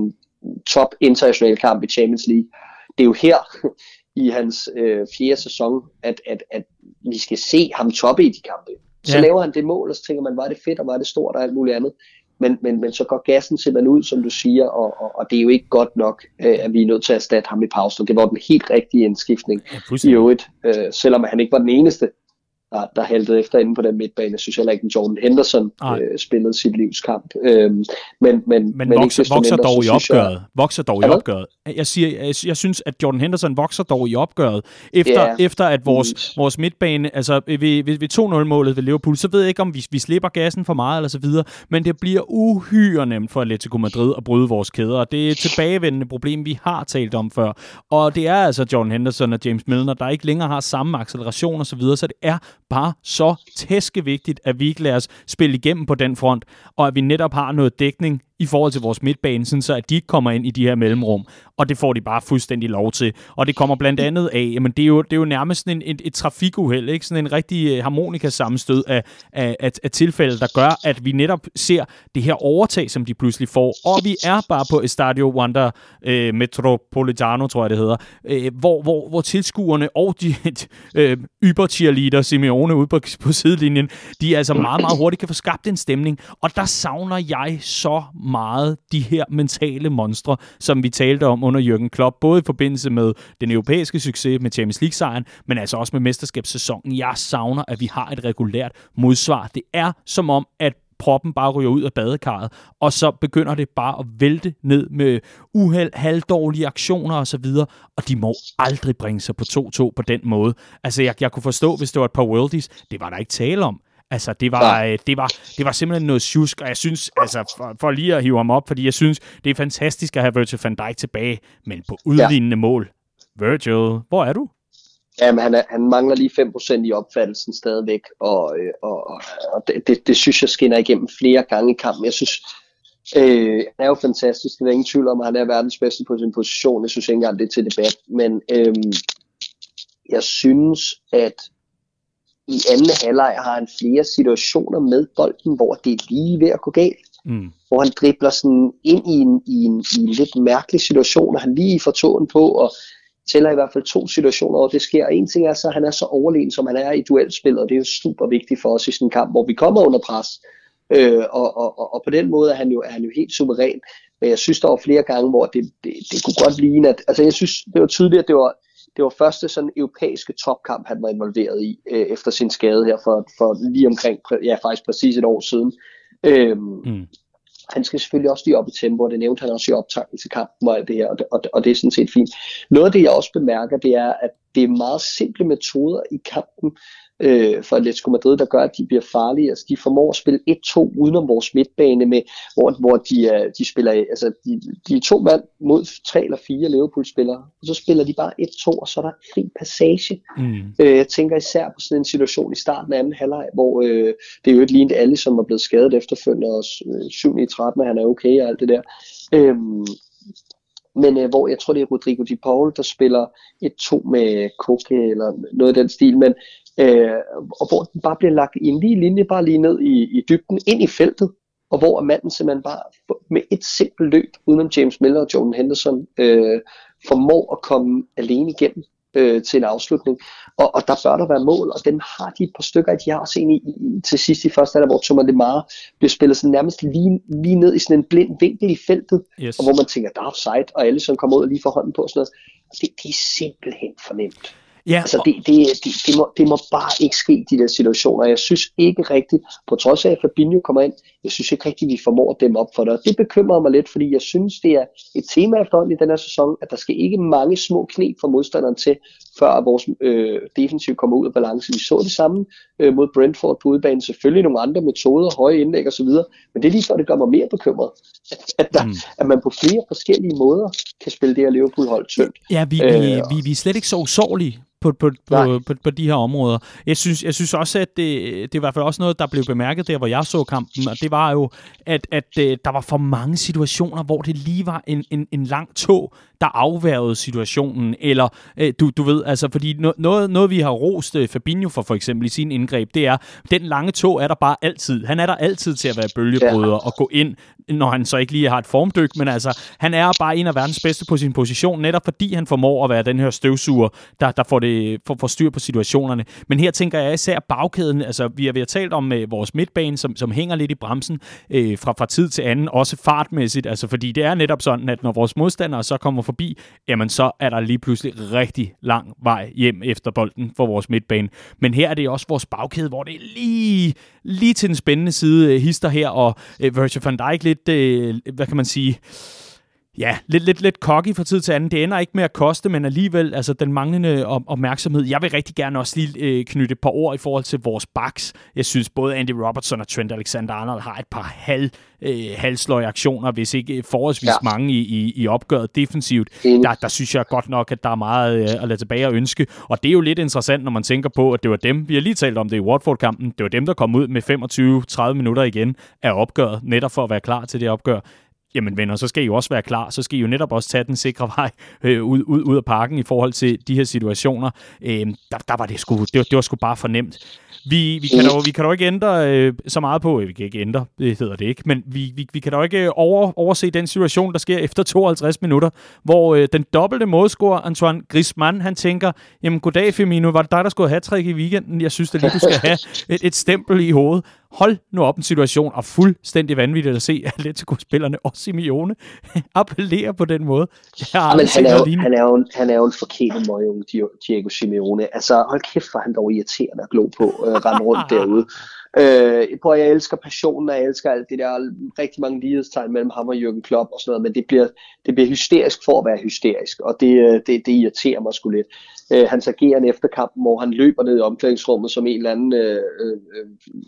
top internationale kamp i Champions League. Det er jo her i hans øh, fjerde sæson, at, at, at vi skal se ham toppe i de kampe. Så ja. laver han det mål, og så tænker man, var det fedt, og var det stort, og alt muligt andet. Men, men, men så går gassen simpelthen ud, som du siger, og, og, og det er jo ikke godt nok, øh, at vi er nødt til at erstatte ham i pausen. Det var den helt rigtige indskiftning ja, i øvrigt, øh, selvom han ikke var den eneste, der, der haltede efter inde på den midtbane. Jeg synes heller ikke, at Jordan Henderson øh, spillede sit livskamp. Øh, men men, men, men vokser, ikke vokser dog i opgøret. Jeg, vokser dog i opgøret. Jeg, siger, jeg, jeg synes, at Jordan Henderson vokser dog i opgøret. Efter, yeah. efter at vores, mm. vores midtbane, altså ved, ved, ved to nul-målet ved Liverpool, så ved jeg ikke, om vi, vi slipper gassen for meget eller så videre, men det bliver uhyre nemt for Atletico Madrid at bryde vores kæder, og det er et tilbagevendende problem, vi har talt om før. Og det er altså Jordan Henderson og James Milner, der ikke længere har samme acceleration og så videre, så det er bare så tæskevigtigt, at vi ikke lader os spille igennem på den front, og at vi netop har noget dækning i forhold til vores midtbane, sådan så at de ikke kommer ind i de her mellemrum, og det får de bare fuldstændig lov til. Og det kommer blandt andet af, jamen det er jo, det er jo nærmest sådan en, et, et trafikuheld, ikke? Sådan en rigtig harmonikasammenstød af, af, af, af tilfælde, der gør, at vi netop ser det her overtag, som de pludselig får, og vi er bare på Estadio Wanda eh, Metropolitano, tror jeg det hedder, eh, hvor, hvor, hvor tilskuerne og de eh, yber-cheerleader Simeone ude på, på sidelinjen, de altså meget, meget hurtigt kan få skabt en stemning, og der savner jeg så meget de her mentale monstre, som vi talte om under Jürgen Klopp, både i forbindelse med den europæiske succes med Champions League-sejren, men altså også med mesterskabssæsonen. Jeg savner, at vi har et regulært modsvar. Det er som om, at proppen bare ryger ud af badekarret, og så begynder det bare at vælte ned med uheld, halvdårlige aktioner og så videre, og de må aldrig bringe sig på to to på den måde. Altså, jeg, jeg kunne forstå, hvis det var et par worldies, det var der ikke tale om. Altså, det var, ja. det, var, det var simpelthen noget sjusk, og jeg synes, altså, for, for lige at hive ham op, fordi jeg synes, det er fantastisk at have Virgil van Dijk tilbage, men på udlignende ja. mål. Virgil, hvor er du? Jamen, han, er, han mangler lige fem procent i opfattelsen stadigvæk, og, og, og det, det, det synes jeg skinner igennem flere gange i kampen. Jeg synes, øh, han er jo fantastisk, det er ingen tvivl om, at han er verdens bedste på sin position. Jeg synes ikke engang, det er til debat, men øh, jeg synes, at i anden halvleg har han flere situationer med bolden, hvor det er lige ved at gå galt. Mm. Hvor han dribler sådan ind i en, i, en, i en lidt mærkelig situation, og han lige får tåen på, og tæller i hvert fald to situationer, hvor det sker. Og en ting er så, at han er så overlegen, som han er i duelspil, og det er jo super vigtigt for os i sådan en kamp, hvor vi kommer under pres. Øh, og, og, og på den måde er han, jo, er han jo helt suveræn. Men jeg synes, der var flere gange, hvor det, det, det kunne godt ligne, at altså jeg synes, det var tydeligt, at det var Det var første sådan europæiske topkamp, han var involveret i øh, efter sin skade her for, for lige omkring, ja faktisk præcis et år siden. Øhm, mm. Han skal selvfølgelig også lige op i tempo, og det nævnte han også i optakten til kampen og alt det her, og det, og, og det er sådan set fint. Noget af det, jeg også bemærker, det er, at det er meget simple metoder i kampen øh, for Atletico Madrid, der gør, at de bliver farlige. Altså, de formår at spille et to udenom vores midtbane, med, hvor, hvor de, uh, de spiller, altså de, de er to mand mod tre eller fire Liverpool-spillere, og så spiller de bare et to, og så er der fri passage. Mm. Øh, jeg tænker især på sådan en situation i starten af anden halvleg, hvor øh, det er jo ikke lignende alle, som er blevet skadet efterfølgende, og øh, syv ni tretten, han er okay og alt det der. Øh, Men øh, hvor jeg tror, det er Rodrigo de Paul, der spiller et to med Koke eller noget af den stil, men øh, og hvor den bare bliver lagt i en lige linje, bare lige ned i, i dybden, ind i feltet, og hvor manden simpelthen bare med et simpelt løb, udenom James Milner og Jordan Henderson, øh, formår at komme alene igennem øh, til en afslutning. Og, og der bør der være mål, og dem har de et par stykker, at de har også en i, i, til sidst i første halvleg, hvor Thomas Lemar bliver spillet sådan nærmest lige, lige ned i sådan en blind vinkel i feltet, yes. Og hvor man tænker, der er offside, og alle som kommer ud og lige får hånden på og sådan noget. Det, det er simpelthen for nemt. Ja, altså det, det, det, det, må, det må bare ikke ske, de der situationer. Jeg synes ikke rigtigt, på trods af at Fabinho kommer ind, jeg synes ikke rigtigt, vi formår at dæmme op for det. Det bekymrer mig lidt, fordi jeg synes, det er et tema efterhånden i den her sæson, at der skal ikke mange små kneb for modstanderen til, før vores øh, defensiv kommer ud af balance. Vi så det samme øh, mod Brentford på udbanen. Selvfølgelig nogle andre metoder, høje indlæg og så videre, men det er lige før, det gør mig mere bekymret, at, at, der, mm. at man på flere forskellige måder kan spille det her Liverpool-hold tyndt. Ja, vi, vi, øh, vi, vi er slet ikke så usårlige på, på, på, på, på de her områder. Jeg synes, jeg synes også, at det, det er i hvert fald også noget, der blev bemærket der, hvor jeg så kampen, og det var jo, at, at, at der var for mange situationer, hvor det lige var en, en, en lang tog, der afværgede situationen, eller øh, du, du ved, altså, fordi no, noget, noget, vi har rost øh, Fabinho for for eksempel i sin indgreb, det er, den lange tog er der bare altid. Han er der altid til at være bølgebryder ja. og gå ind, når han så ikke lige har et formdyk, men altså, han er bare en af verdens bedste på sin position, netop fordi han formår at være den her støvsuger, der, der får, det, får, får styr på situationerne. Men her tænker jeg især bagkæden, altså vi har, vi har talt om øh, vores midtbane, som, som hænger lidt i bremsen øh, fra, fra tid til anden, også fartmæssigt, altså fordi det er netop sådan, at når vores modstandere så kommer forbi, jamen så er der lige pludselig rigtig lang vej hjem efter bolden for vores midtbane. Men her er det også vores bagkæde, hvor det er lige, lige til den spændende side øh, hister her, og øh, Virgil van Dijk lidt, øh, hvad kan man sige, ja, lidt, lidt, lidt cocky fra tid til anden. Det ender ikke med at koste, men alligevel, altså den manglende op- opmærksomhed. Jeg vil rigtig gerne også lige øh, knytte et par ord i forhold til vores backs. Jeg synes, både Andy Robertson og Trent Alexander-Arnold har et par halv, øh, halvsløje aktioner, hvis ikke forholdsvis ja. mange i, i, i opgøret defensivt. Der, der synes jeg godt nok, at der er meget øh, at lade tilbage at ønske. Og det er jo lidt interessant, når man tænker på, at det var dem, vi har lige talt om det i Watford-kampen, det var dem, der kom ud med femogtyve til tredive minutter igen af opgøret, netop for at være klar til det opgør. Jamen venner, så skal I jo også være klar, så skal I jo netop også tage den sikre vej øh, ud, ud, ud af parken i forhold til de her situationer. Øh, der, der var det sgu, det var, det var sgu bare fornemt. Vi, vi, kan dog, vi kan dog ikke ændre øh, så meget på, vi kan ikke ændre, det hedder det ikke, men vi, vi, vi kan dog ikke over, overse den situation, der sker efter tooghalvtreds minutter, hvor øh, den dobbelte målscorer, Antoine Griezmann, han tænker, jamen goddag Firmino, var det dig, der skulle have hat-trick i weekenden? Jeg synes da lige, du skal have et, et stempel i hovedet. Hold nu op en situation, og fuldstændig vanvittigt at se Atletico-spillerne og Simeone appellere på den måde. Ja, men han er, jo, han, er jo, han er jo en forkælet møgung, Diego Simeone. Altså, hold kæft, for han dog irriterende at glo på, øh, rende rundt derude. Øh, prøv, jeg elsker passionen, og jeg elsker alt det der, rigtig mange lighedstegn mellem ham og Jürgen Klopp og sådan noget, men det bliver, det bliver hysterisk for at være hysterisk, og det, det, det irriterer mig sgu lidt. Øh, hans ageren efter kampen, hvor han løber ned i omklædningsrummet som en eller anden øh, øh,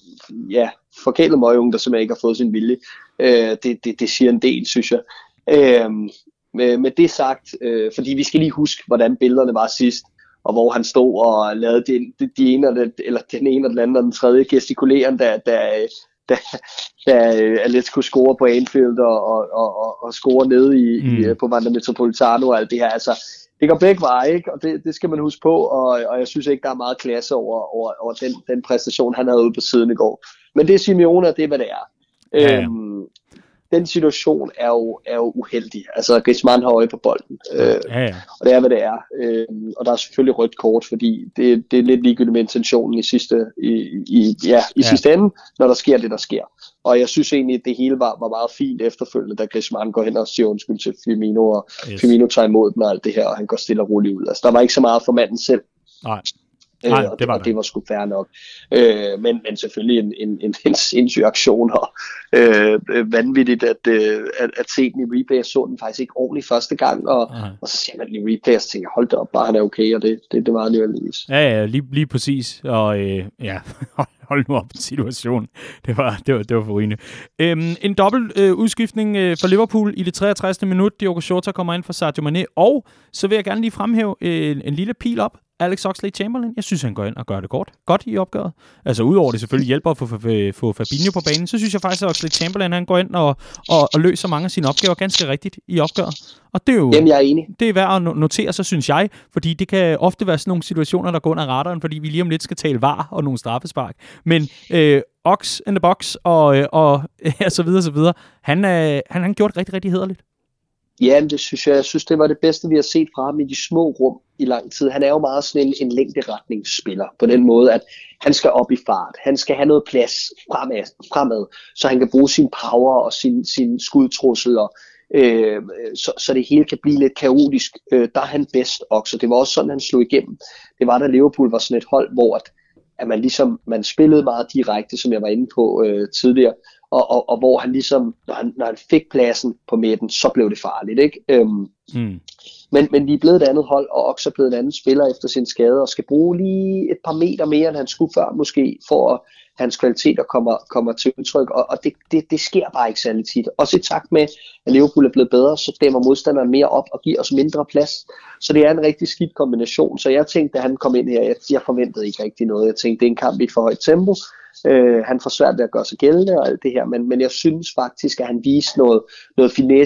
ja, forkælet møgung, der simpelthen ikke har fået sin vilje. Øh, det, det, det siger en del, synes jeg. Øh, med, med det sagt, øh, fordi vi skal lige huske, hvordan billederne var sidst, og hvor han stod og lavede de, de, de ene, eller den ene, eller den anden og den tredje gestikuleren, da, da, da, da Atletico scorer på Anfield og, og, og, og scorer nede i, mm. i, på Wanda Metropolitano og alt det her. Altså, det går begge veje, ikke? Og det, det skal man huske på, og, og jeg synes ikke, der er meget klasse over, over, over den, den præstation, han havde ude på siden i går. Men det er Simeone, og det er, hvad det er. Ja, ja. Øhm, den situation er jo, er jo uheldig. Altså, Griezmann har øje på bolden, øh, ja, ja. og det er, hvad det er. Øh, og der er selvfølgelig rødt kort, fordi det, det er lidt ligegyldigt med intentionen i sidste, i, i, ja, i ja. sidste ende, når der sker det, der sker. Og jeg synes egentlig, at det hele var, var meget fint efterfølgende, da Griezmann går hen og siger undskyld til Firmino, og yes. Firmino tager imod den og alt det her, og han går stille og roligt ud. Altså, der var ikke så meget for manden selv. Nej. Nej, øh, og, det var og det var sgu fair nok. Øh, men, men selvfølgelig en, en, en, en sindssyg aktion, og øh, vanvittigt at, øh, at, at se den i replay. Jeg så den faktisk ikke ordentligt første gang, og, og så ser man den i replay, og så tænker jeg, hold da op, bare han er okay, og det, det, det var han jo alligevis. Ja, ja, lige, lige præcis, og øh, ja, hold nu op en situation. Det var, det var, det var forrygende. Øhm, en dobbelt øh, udskiftning øh, for Liverpool i det treogtressende minut. Diogo Jota kommer ind for Sadio Mané, og så vil jeg gerne lige fremhæve øh, en lille pil op. Alex Oxlade-Chamberlain, jeg synes, han går ind og gør det godt, godt i opgøret. Altså, udover det selvfølgelig hjælper at få, få, få Fabinho på banen, så synes jeg faktisk, at Oxlade-Chamberlain, han går ind og, og, og løser mange af sine opgaver ganske rigtigt i opgøret. Og det er jo, Jamen, jeg er enig. Det er værd at notere, så synes jeg, fordi det kan ofte være sådan nogle situationer, der går under radaren, fordi vi lige om lidt skal tale V A R og nogle straffespark. Men øh, Ox in the box og, øh, og ja, så videre, så videre. Han, øh, han har gjort rigtig, rigtig hæderligt. Ja, det synes jeg. Jeg synes, det var det bedste, vi har set fra ham i de små rum i lang tid. Han er jo meget sådan en, en længderetningsspiller på den måde, at han skal op i fart. Han skal have noget plads fremad, fremad så han kan bruge sin power og sin, sin skudtrussel, og, øh, så, så det hele kan blive lidt kaotisk. Øh, der er han bedst også. Det var også sådan, han slog igennem. Det var, da Liverpool var sådan et hold, hvor at, at man ligesom man spillede meget direkte, som jeg var inde på øh, tidligere. Og, og, og hvor han ligesom, når han, når han fik pladsen på midten, så blev det farligt, ikke? Øhm, mm. men, men vi er blevet et andet hold, og også er blevet en anden spiller efter sin skade, og skal bruge lige et par meter mere, end han skulle før måske, for at hans kvaliteter kommer, kommer til udtryk, og, og det, det, det sker bare ikke særlig tit. Også i takt med, at Liverpool er blevet bedre, så dæmmer modstanderen mere op og giver os mindre plads. Så det er en rigtig skidt kombination. Så jeg tænkte, at han kom ind her, jeg, jeg forventede ikke rigtig noget. Jeg tænkte, det er en kamp i et for højt tempo. Uh, han får svært ved at gøre sig gældende og alt det her, men, men jeg synes faktisk, at han viste noget, noget finesse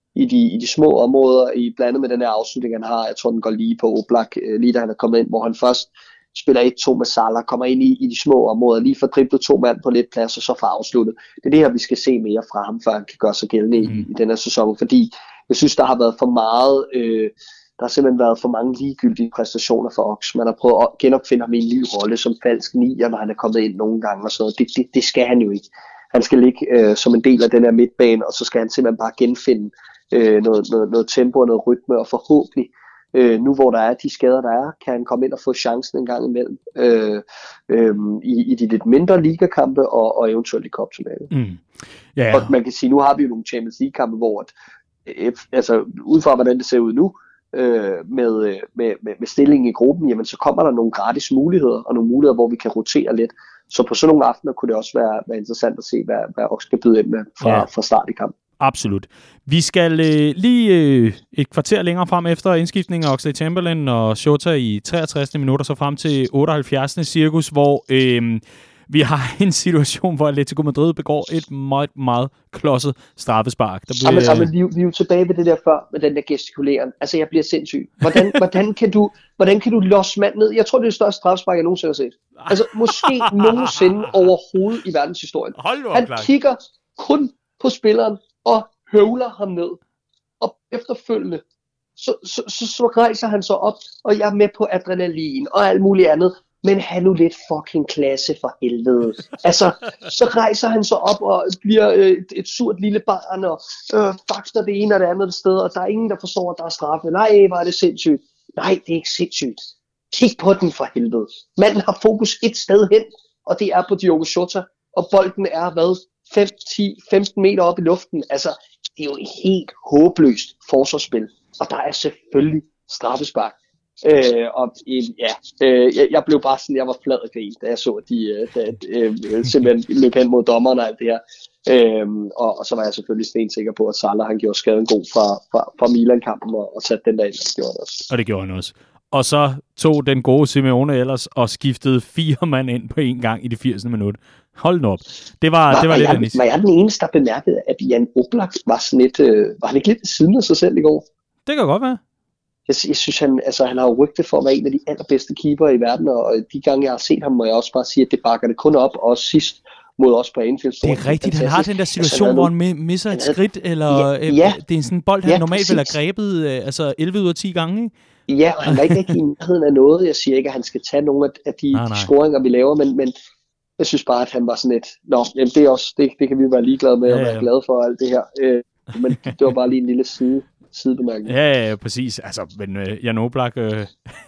i de, i de små områder, i blandet med den her afslutning, han har. Jeg tror, den går lige på Oblak, øh, lige da han er kommet ind, hvor han først spiller et to med Salah, kommer ind i, i de små områder, lige får driblet to mand på lidt plads, og så får afsluttet. Det er det her, vi skal se mere fra ham, før han kan gøre sig gældende i, i den her sæson, fordi jeg synes, der har været for meget, øh, der har simpelthen været for mange ligegyldige præstationer for Ox. Man har prøvet at genopfinde ham i en ny rolle som falsk nier, når han er kommet ind nogle gange og sådan noget. Det, det, det skal han jo ikke. Han skal ligge øh, som en del af den her midtbane, og så skal han simpelthen bare genfinde øh, noget, noget, noget tempo og noget rytme, og forhåbentlig Øh, nu hvor der er de skader, der er, kan han komme ind og få chancen en gang imellem øh, øh, i, i de lidt mindre ligakampe og, og eventuelt i cupfinalen. Mm. Yeah. Og man kan sige, nu har vi jo nogle Champions League-kampe, hvor at, øh, altså ud fra hvordan det ser ud nu, øh, med, med, med, med stillingen i gruppen, jamen så kommer der nogle gratis muligheder, og nogle muligheder, hvor vi kan rotere lidt. Så på sådan nogle aftener kunne det også være, være interessant at se, hvad, hvad Ox skal byde ind med fra, yeah. fra start i kampen. Absolut. Vi skal øh, lige øh, et kvarter længere frem efter indskiftningen af Oxlade Chamberlain og Jota i treogtres minutter, så frem til otteoghalvfjerds cirkus, hvor øh, vi har en situation, hvor Atletico Madrid begår et meget, meget klodset straffespark. Der bliver, jamen, jamen, vi, vi er jo tilbage ved det der før, med den der gestikuleren. Altså, jeg bliver sindssyg. Hvordan, hvordan, kan du, hvordan kan du losse mand ned? Jeg tror, det er det største straffespark, jeg nogensinde har set. Altså, måske nogensinde overhovedet i verdenshistorien. Han klar. kigger kun på spilleren og høvler ham ned. Og efterfølgende, så, så, så, så rejser han sig op, og jeg er med på adrenalin og alt muligt andet. Men han nu lidt fucking klasse for helvede. Altså, så rejser han sig op og bliver øh, et, et surt lille barn, og øh, fakster det ene og det andet sted, og der er ingen, der forstår, at der er straffe. Nej, hvor er det sindssygt. Nej, det er ikke sindssygt. Kig på den for helvede. Manden har fokus et sted hen, og det er på Diogo Jota, og bolden er, hvad, fem, ti, femten meter op i luften. Altså, det er jo et helt håbløst forsvarsspil, og der er selvfølgelig straffespark. Øh, og øh, ja, øh, jeg, jeg blev bare sådan, jeg var flad og grin, da jeg så, at de øh, da, øh, simpelthen løb hen mod dommeren og alt det her. Øh, og, og så var jeg selvfølgelig stensikker på, at Salah han gjorde skaden god fra, fra, fra Milan-kampen og, og satte den der ind, og det gjorde han også. Og det gjorde han også. Og så tog den gode Simeone ellers og skiftede fire mand ind på en gang i det firsinde minut. Hold nu op. Det var, var, det var, var lidt jeg, var jeg den eneste, der bemærkede, at Jan Oblak var sådan lidt, øh, var han ikke lidt siden af sig selv i går? Det kan godt være. Jeg, jeg synes, han, altså, han har jo rygtet for at være en af de allerbedste keeper i verden, og de gange, jeg har set ham, må jeg også bare sige, at det bakker det kun op, også sidst mod os på Anfield. Det er rigtigt, han har den der situation, altså, hvor han misser et skridt, eller ja, ja, det er sådan en bold, han ja, normalt vil have grebet altså elleve ud af ti gange, ikke? Ja, og han var ikke rigtig i nærheden af noget. Jeg siger ikke, at han skal tage nogle af de, nej, nej. de scoringer, vi laver, men, men jeg synes bare, at han var sådan et, nå, jamen, det, er også, det, det kan vi være ligeglade med, ja, ja. og være glade for og alt det her. Øh, men det var bare lige en lille side. sidebemærkning. Ja, ja, præcis. Altså, men øh, Jan Oblak øh,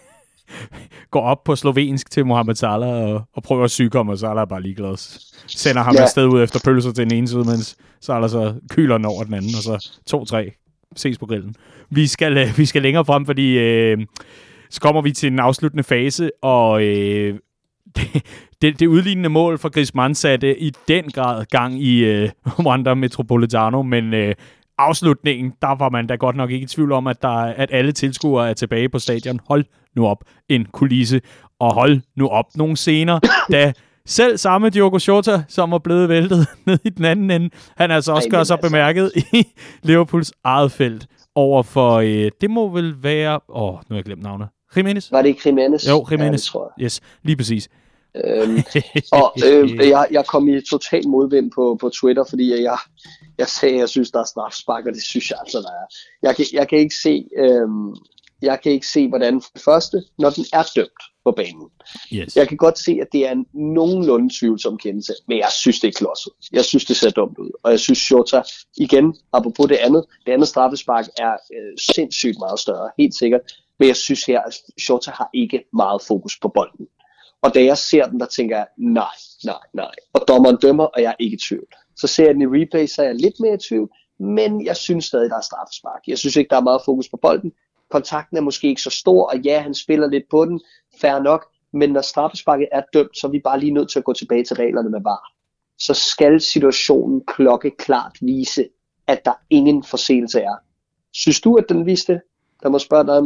går op på slovensk til Mohamed Salah og, og prøver at syge ham, og Salah er bare ligeglad. Sender ham ja. afsted ud efter pølser til den ene side, mens Salah så kyler den over den anden, og så to-tre ses på grillen. Vi skal, øh, vi skal længere frem, fordi øh, så kommer vi til den afsluttende fase, og øh, det, det, det udlignende mål for Griezmann satte i den grad gang i øh, Wanda Metropolitano, men øh, afslutningen, der var man da godt nok ikke i tvivl om, at, der, at alle tilskuere er tilbage på stadion. Hold nu op en kulisse, og hold nu op nogle scener, da selv samme Diogo Jota, som er blevet væltet ned i den anden ende, han altså også gør sig altså bemærket i Liverpools eget felt over for, øh, det må vel være, åh, nu har jeg glemt navnet, Jimenez? Var det ikke Jimenez? Jo, Jimenez, ja, tror jeg. Yes, lige præcis. øhm, og øh, jeg, jeg kom i total modvind på, på Twitter, fordi jeg, jeg sagde, at jeg synes, der er strafspark, og det synes jeg altså, der er. Jeg kan, jeg kan ikke se, øhm, jeg kan ikke se, hvordan for det første, når den er dømt på banen. Yes. Jeg kan godt se, at det er en nogenlunde tvivlsom kendelse, men jeg synes, det er klodset. Jeg synes, det ser dumt ud, og jeg synes, Jota, igen, apropos det andet, det andet straffespark er øh, sindssygt meget større, helt sikkert, men jeg synes her, at Jota har ikke meget fokus på bolden. Og da jeg ser den, der tænker jeg, nej, nej, nej. Og dommeren dømmer, og jeg er ikke i tvivl. Så ser jeg den i replay, så er jeg lidt mere i tvivl, men jeg synes stadig, der er straffespark. Jeg synes ikke, der er meget fokus på bolden. Kontakten er måske ikke så stor, og ja, han spiller lidt på den, fair nok. Men når straffesparket er dømt, så er vi bare lige nødt til at gå tilbage til reglerne med V A R. Så skal situationen klokkeklart vise, at der ingen forseelse er. Synes du, at den viste det? Der må spørge dig om det.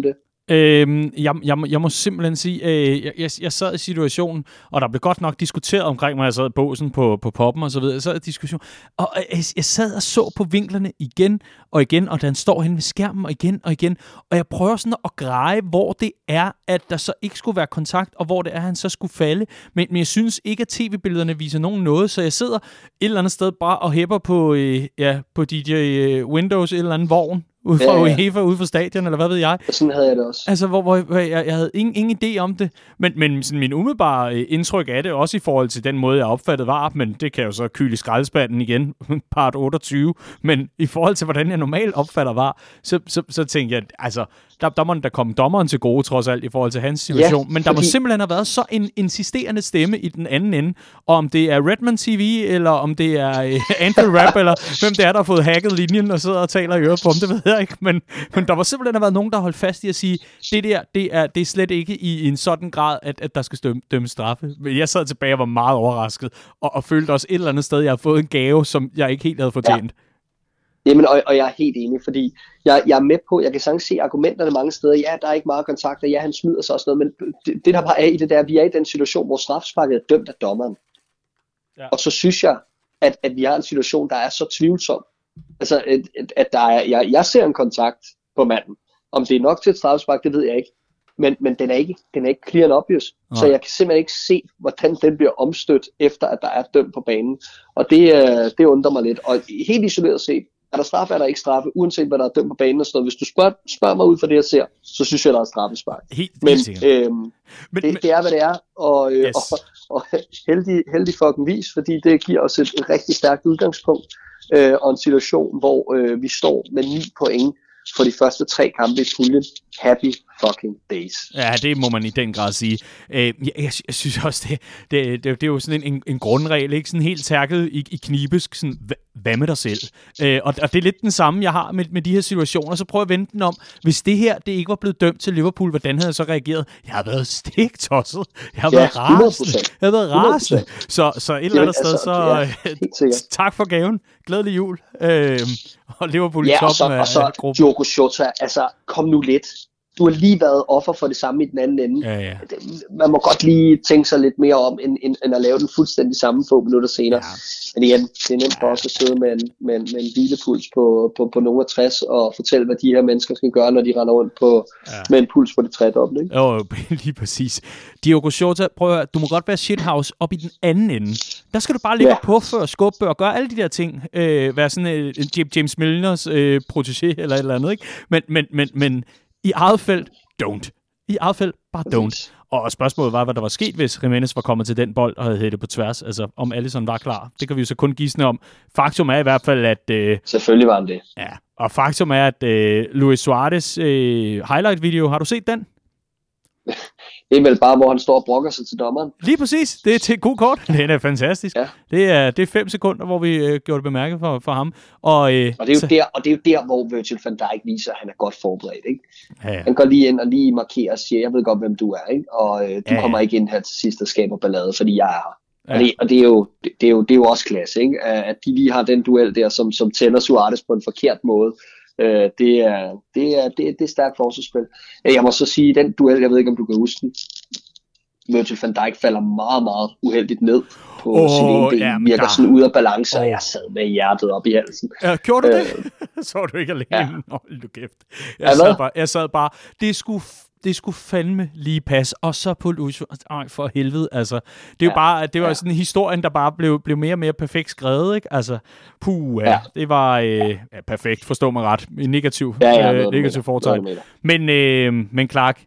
Øhm, jeg, jeg, jeg må simpelthen sige, øh, jeg, jeg, jeg sad i situationen, og der blev godt nok diskuteret omkring mig, jeg sad i båsen på, på poppen og så videre, jeg sad i diskussion, og jeg, jeg sad og så på vinklerne igen og igen, og den står hen ved skærmen og igen og igen, og jeg prøver sådan at greje, hvor det er, at der så ikke skulle være kontakt, og hvor det er, at han så skulle falde, men, men jeg synes ikke, at tv-billederne viser nogen noget, så jeg sidder et eller andet sted bare og hæpper på, øh, ja, på D J Windows, et eller andet vogn, ude fra ja, ja. UEFA, ude fra stadion, eller hvad ved jeg. Sådan havde jeg det også. Altså, hvor, hvor, hvor jeg, jeg havde ingen, ingen idé om det. Men, men sådan min umiddelbare øh, indtryk af det, også i forhold til den måde, jeg opfattede var, men det kan jo så kyle i skraldespanden igen, part otteogtyve. Men i forhold til, hvordan jeg normalt opfatter var, så, så, så tænkte jeg, altså, der, der må der komme dommeren til gode, trods alt, i forhold til hans situation. Ja, men der fordi... må simpelthen have været så en insisterende stemme i den anden ende. Og om det er Redman T V, eller om det er øh, Andrew Rapp, eller hvem det er, der har fået hacket linjen og sidder og taler i øret på ham, det ved jeg ikke. Men, men der var simpelthen have været nogen, der holdt fast i at sige, det der, det er, det er slet ikke i en sådan grad, at, at der skal dømme, dømme straffe. Men jeg sad tilbage og var meget overrasket, og, og følte også et eller andet sted, jeg har fået en gave, som jeg ikke helt havde fortjent. Ja. Jamen, og, og jeg er helt enig, fordi jeg, jeg er med på, jeg kan sagtens se argumenterne mange steder, ja, der er ikke meget kontakt, og ja, han smider sig og sådan noget, men det, det der bare er i det der, vi er i den situation, hvor strafsparket er dømt af dommeren. Ja. Og så synes jeg, at, at vi har en situation, der er så tvivlsom. Altså, at, at der er, jeg, jeg ser en kontakt på manden. Om det er nok til et strafspark, det ved jeg ikke. Men, men den er ikke, den er ikke clear and obvious. Ja. Så jeg kan simpelthen ikke se, hvordan den bliver omstødt, efter at der er dømt på banen. Og det, det undrer mig lidt. Og helt isoleret set, er der straffe, er der ikke straffe, uanset hvad der er dømt på banen og sådan noget. Hvis du spørger, spørger mig ud fra det, jeg ser, så synes jeg, der er straffespark. Helt, men helt øhm, men, det, men, det er, hvad det er, og, øh, yes. og, og heldig, heldig fucking vis, fordi det giver os et, et rigtig stærkt udgangspunkt, øh, og en situation, hvor øh, vi står med ni point for de første tre kampe i puljen. Happy fucking days. Ja, det må man i den grad sige. Øh, jeg, jeg, jeg synes også, det, det, det, det er jo sådan en, en grundregel, ikke? Sådan helt tærket i, i knibesk, sådan, hvad med dig selv? Øh, og, og det er lidt den samme, jeg har med, med de her situationer. Så prøv at vente den om, hvis det her, det ikke var blevet dømt til Liverpool, hvordan havde jeg så reageret? Jeg har været stiktosset. Jeg har ja, været rasende. Jeg har været rasende. Så, så et eller andet sted, så ja, tak for gaven. Glædelig jul. Øh, og Liverpool i ja, toppen af, og så, af gruppen. Diogo Jota, altså kom nu lidt. Du har lige været offer for det samme i den anden ende. Ja, ja. Man må godt lige tænke sig lidt mere om, end, end, end at lave den fuldstændig samme få minutter senere. Ja. Men igen, det er nemt for os at sidde med en, med en, med en hvilepuls på, på, på nogle af tres, og fortælle, hvad de her mennesker skal gøre, når de render rundt på, ja. med en puls på det tredobbelte. Ikke? Jo, lige præcis. Diogo Jota, prøv at høre, du må godt være shithouse op i den anden ende. Der skal du bare ligge ja. på for at skubbe og gøre alle de der ting. Øh, være sådan en uh, James Milners øh, protégé eller et eller andet, ikke? Men, men, men, men i eget felt, don't. I eget felt, bare don't. Og spørgsmålet var, hvad der var sket, hvis Jimenez var kommet til den bold og havde hættet på tværs. Altså, om Alisson var klar. Det kan vi jo så kun gisne om. Faktum er i hvert fald, at... Øh, Selvfølgelig var han det. Ja, og faktum er, at øh, Luis Suárez øh, highlight-video, har du set den? Det er vel bare, hvor han står og brokker sig til dommeren. Lige præcis. Det er til et god kort. Det er fantastisk. Ja. Det, er, det er fem sekunder, hvor vi øh, gjorde det bemærket for, for ham. Og, øh, og, det er jo så... der, og det er jo der, hvor Virgil van Dijk viser, at han er godt forberedt. Ikke? Ja, ja. Han går lige ind og lige markerer og siger, jeg ved godt, hvem du er. Ikke? Og øh, du ja, kommer ja. ikke ind her til sidst og skaber ballade, fordi jeg er her. Ja. Og, det, og det, er jo, det, det, er jo, det er jo også klasse, ikke? At de lige har den duel der, som, som tænder Suárez på en forkert måde. Øh, det, er, det, er, det, er, det er stærkt forsvarsspil. Jeg må så sige, den duel, jeg ved ikke, om du kan huske den, Virgil van Dijk falder meget, meget uheldigt ned på oh, sin ene ben, ja, virker der... sådan ude af balance, oh. og jeg sad med hjertet op i halsen. Ja, gjorde du det? Øh, så var du ikke alene. Ja. Hold du kæft. Jeg, sad bare, jeg sad bare, det skulle, det skulle fandme lige passe, og så på Luis, ej, for helvede, altså. Det er jo ja. bare, det var ja. sådan en historien, der bare blev, blev mere og mere perfekt skrevet, ikke? Altså, puh, ja. det var øh, ja, perfekt, forstå mig ret, negativ, ja, ja, øh, negativ fortegn. Men, øh, men Clark,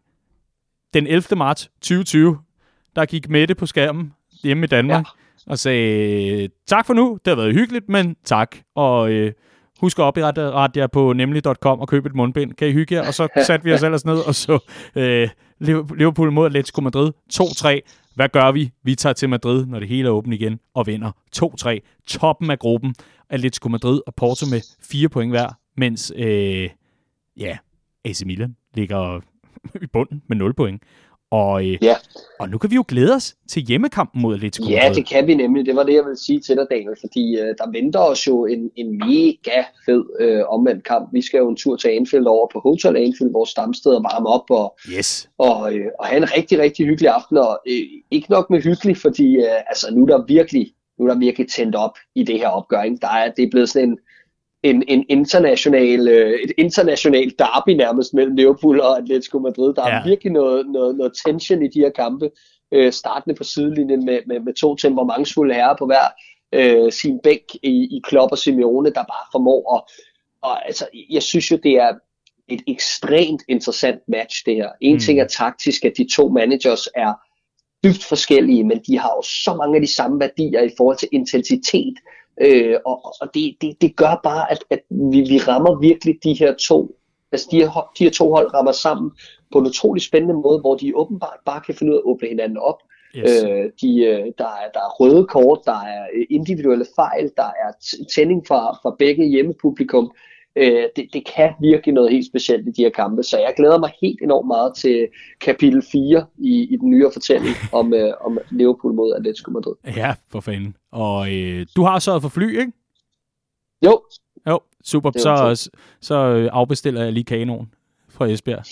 den ellevte marts tyve tyve, der gik Mette på skærmen hjemme i Danmark, ja. og sagde, tak for nu, det har været hyggeligt, men tak. Og øh, husk at oprette jer på nemlig punktum com og købe et mundbind. Kan I hygge jer? Og så satte vi os ellers ned, og så øh, Liverpool mod Atletico Madrid to tre. Hvad gør vi? Vi tager til Madrid, når det hele er åbent igen, og vinder to tre. Toppen af gruppen. Atletico Madrid og Porto med fire point hver, mens øh, ja, A C Milan ligger i bunden med nul point. Og, øh, ja. og nu kan vi jo glæde os til hjemmekampen mod Atletico Madrid. Ja, det kan vi nemlig. Det var det, jeg ville sige til dig, Daniel, fordi øh, der venter os jo en, en mega fed øh, omvendt kamp. Vi skal jo en tur til Anfield over på Hotel Anfield, vores stamsted, og varme op og, yes. og, øh, og have en rigtig, rigtig hyggelig aften. Og øh, ikke nok med hyggelig, fordi øh, altså, nu er der virkelig nu er der virkelig tændt op i det her opgør. Ikke? Der er, det er blevet sådan en En, en international, et internationalt derby nærmest mellem Liverpool og Atletico Madrid. Der er ja. virkelig noget, noget, noget tension i de her kampe, øh, startende på sidelinjen med, med, med to temperamentsfulde herrer på hver øh, sin bænk i, i Klopp og Simeone, der bare formår. Og, og altså, jeg synes jo, det er et ekstremt interessant match, det her. En mm. ting er taktisk, at de to managers er dybt forskellige, men de har jo så mange af de samme værdier i forhold til intensitet. Øh, og og det, det, det gør bare, at, at vi, vi rammer virkelig de her to, altså de her, de her to hold rammer sammen på en utrolig spændende måde, hvor de åbenbart bare kan finde ud af at åbne hinanden op. Yes. Øh, de, der, er, der er røde kort, der er individuelle fejl, der er tænding fra, fra begge hjemmepublikum. Øh, det, det kan virkelig noget helt specielt i de her kampe, så jeg glæder mig helt enormt meget til kapitel fire i, i den nye fortælling om, øh, om Liverpool mod Atletico Madrid. Ja, for fanden. Og øh, du har sørget for fly, ikke? Jo. Jo, super. Så, så afbestiller jeg lige kanoen fra Esbjerg.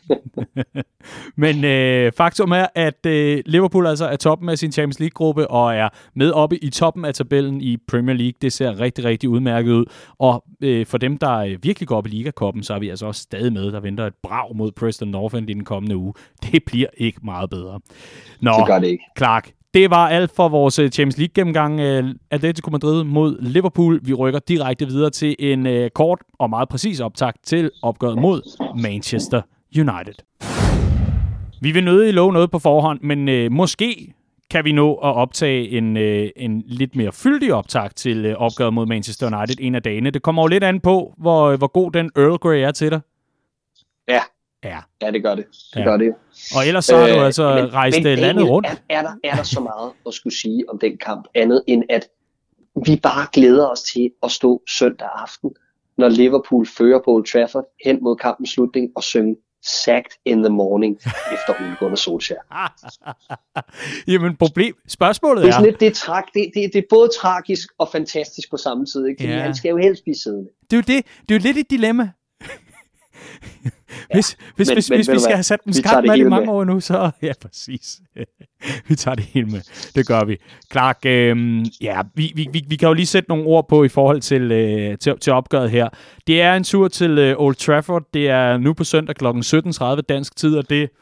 Men øh, faktum er, at øh, Liverpool altså er toppen af sin Champions League-gruppe og er med oppe i toppen af tabellen i Premier League. Det ser rigtig, rigtig udmærket ud. Og øh, for dem, der virkelig går op i Liga-koppen, så er vi altså også stadig med. Der venter et brag mod Preston North End i den kommende uge. Det bliver ikke meget bedre. Nå, det gør det ikke. Clark. Det var alt for vores Champions League-gennemgang. Atletico Madrid mod Liverpool. Vi rykker direkte videre til en uh, kort og meget præcis optakt til opgøret mod Manchester United. Vi vil nødig love noget på forhånd, men uh, måske kan vi nå at optage en, uh, en lidt mere fyldig optakt til uh, opgøret mod Manchester United en af dagene. Det kommer jo lidt an på, hvor, hvor god den Earl Grey er til dig. Ja. Ja. ja, det gør det. Det ja. gør det. Og ellers så har du altså øh, men, rejst men, landet Daniel, rundt. Er, er, der, er der så meget at skulle sige om den kamp, andet end at vi bare glæder os til at stå søndag aften, når Liverpool fører på Old Trafford hen mod kampens slutning og synge Sacked in the Morning efter Ole Gunnar Solskjaer. Jamen problem, spørgsmålet er... Det er, sådan lidt, det, er trak, det, det, det er både tragisk og fantastisk på samme tid, ikke? Fordi ja. han skal jo helst blive siddende. Det er jo det. Det er jo lidt et dilemma. Hvis, ja, hvis, men, hvis, men, hvis vi skal have sat en skarp med i mange år nu, så... Ja, præcis. Vi tager det hele med. Det gør vi. Clark, øh, ja, vi, vi, vi, vi kan jo lige sætte nogle ord på i forhold til, øh, til, til opgøret her. Det er en tur til øh, Old Trafford. Det er nu på søndag klokken sytten tredive dansk tid, og det...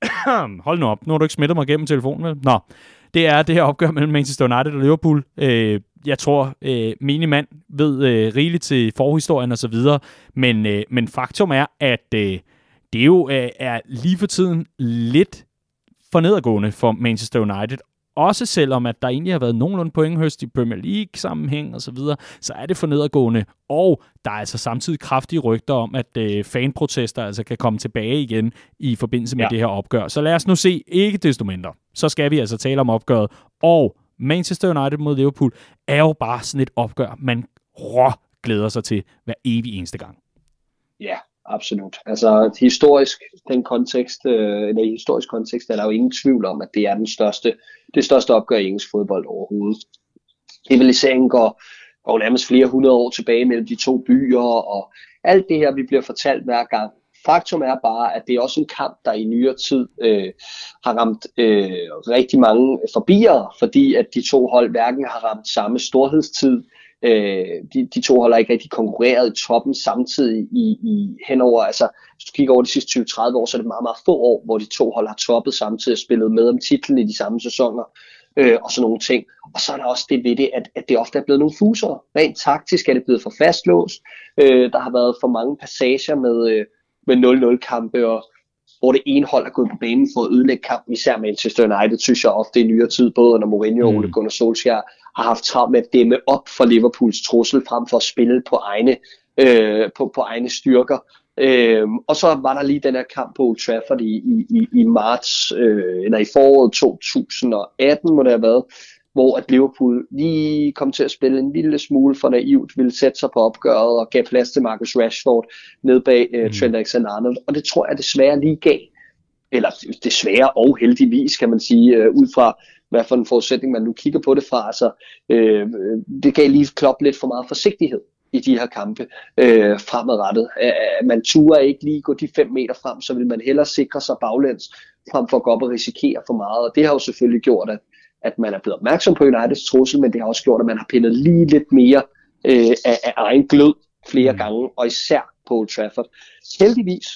Hold nu op. Nu har du ikke smittet mig gennem telefonen, vel? Nå. Det er det her opgør mellem Manchester United og Liverpool. Øh, jeg tror, øh, minimand ved øh, rigeligt til forhistorien og så videre, men, øh, men faktum er, at øh, det jo øh, er lige for tiden lidt for nedadgående for Manchester United. Også selvom, at der egentlig har været nogenlunde pointhøst i Premier League-sammenhæng og så videre, så er det for nedadgående. Og der er altså samtidig kraftige rygter om, at øh, fanprotester altså kan komme tilbage igen i forbindelse med ja. det her opgør. Så lad os nu se, ikke desto mindre. Så skal vi altså tale om opgøret. Og Manchester United mod Liverpool er jo bare sådan et opgør, man rå glæder sig til hver evig eneste gang. Ja, absolut. Altså historisk, den kontekst, øh, eller i historisk kontekst, er der jo ingen tvivl om, at det er den største, det største opgør i engelsk fodbold overhovedet. Rivaliseringen går, går nærmest flere hundrede år tilbage mellem de to byer, og alt det her, vi bliver fortalt hver gang. Faktum er bare, at det er også en kamp, der i nyere tid øh, har ramt øh, rigtig mange forbiere, fordi at de to hold hverken har ramt samme storhedstid. Øh, de, de to hold har ikke rigtig konkurreret i toppen samtidig i, i henover, altså hvis du kigger over de sidste tyve til tredive år, så er det meget, meget få år, hvor de to hold har toppet samtidig og spillet med om titlen i de samme sæsoner. Øh, og sådan nogle ting. Og så er der også det ved det, at, at det ofte er blevet nogle fuser. Rent taktisk er det blevet for fastlåst. Øh, der har været for mange passager med, øh, med nul nul kampe, og hvor det ene hold er gået på banen for at ødelægge kampen. Især Manchester United, synes jeg ofte i nyere tid, både under Mourinho og Ole Gunnar Solskjaer, har haft travlt med at dæmme op for Liverpools trussel, frem for at spille på egne, øh, på, på egne styrker. Øhm, og så var der lige den her kamp på Old Trafford i, i, i marts, øh, eller i foråret to tusind og atten, må det have været, hvor at Liverpool lige kom til at spille en lille smule for naivt, ville sætte sig på opgøret og gav plads til Marcus Rashford ned bag øh, Trent Alexander-Arnold. Og det tror jeg desværre lige gav eller desværre og heldigvis, kan man sige, øh, ud fra hvad for en forudsætning man nu kigger på det fra. Altså, øh, det gav lige Klopp lidt for meget forsigtighed i de her kampe øh, fremadrettet. Øh, man turer ikke lige gå de fem meter frem, så vil man hellere sikre sig baglæns, frem for at gå op og risikere for meget. Og det har jo selvfølgelig gjort, at, at man er blevet opmærksom på Uniteds trussel, men det har også gjort, at man har pindet lige lidt mere øh, af, af egen glød flere mm. gange, og især på Old Trafford. Heldigvis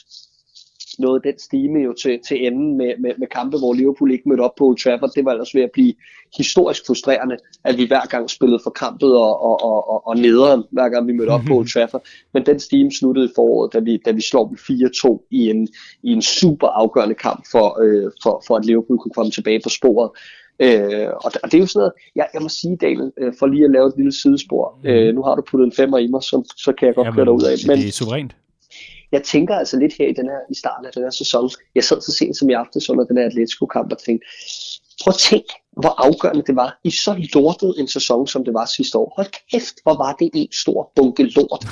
nåede den stime jo til, til enden med, med, med kampe, hvor Liverpool ikke mødte op på Old Trafford. Det var ellers ved at blive historisk frustrerende, at vi hver gang spillede forkrampet og, og, og, og, og nederen, hver gang vi mødte op på Old Trafford. Men den stime sluttede i foråret, da vi, da vi slog dem fire to i en, i en super afgørende kamp for, øh, for, for at Liverpool kunne komme tilbage på sporet. Øh, og, og det er jo sådan noget, jeg, jeg må sige, Daniel, øh, for lige at lave et lille sidespor. Mm. Øh, nu har du puttet en femmer i mig, så, så kan jeg godt køre dig ud af. Men det er suverænt. Jeg tænker altså lidt her i, den her, i starten af den her sæson. Jeg sad så sent som i aftes under den her Atletico-kamp og tænkte, prøv at tænk, hvor afgørende det var i så lortet en sæson, som det var sidste år. Hold kæft, hvor var det en stor bunke lort.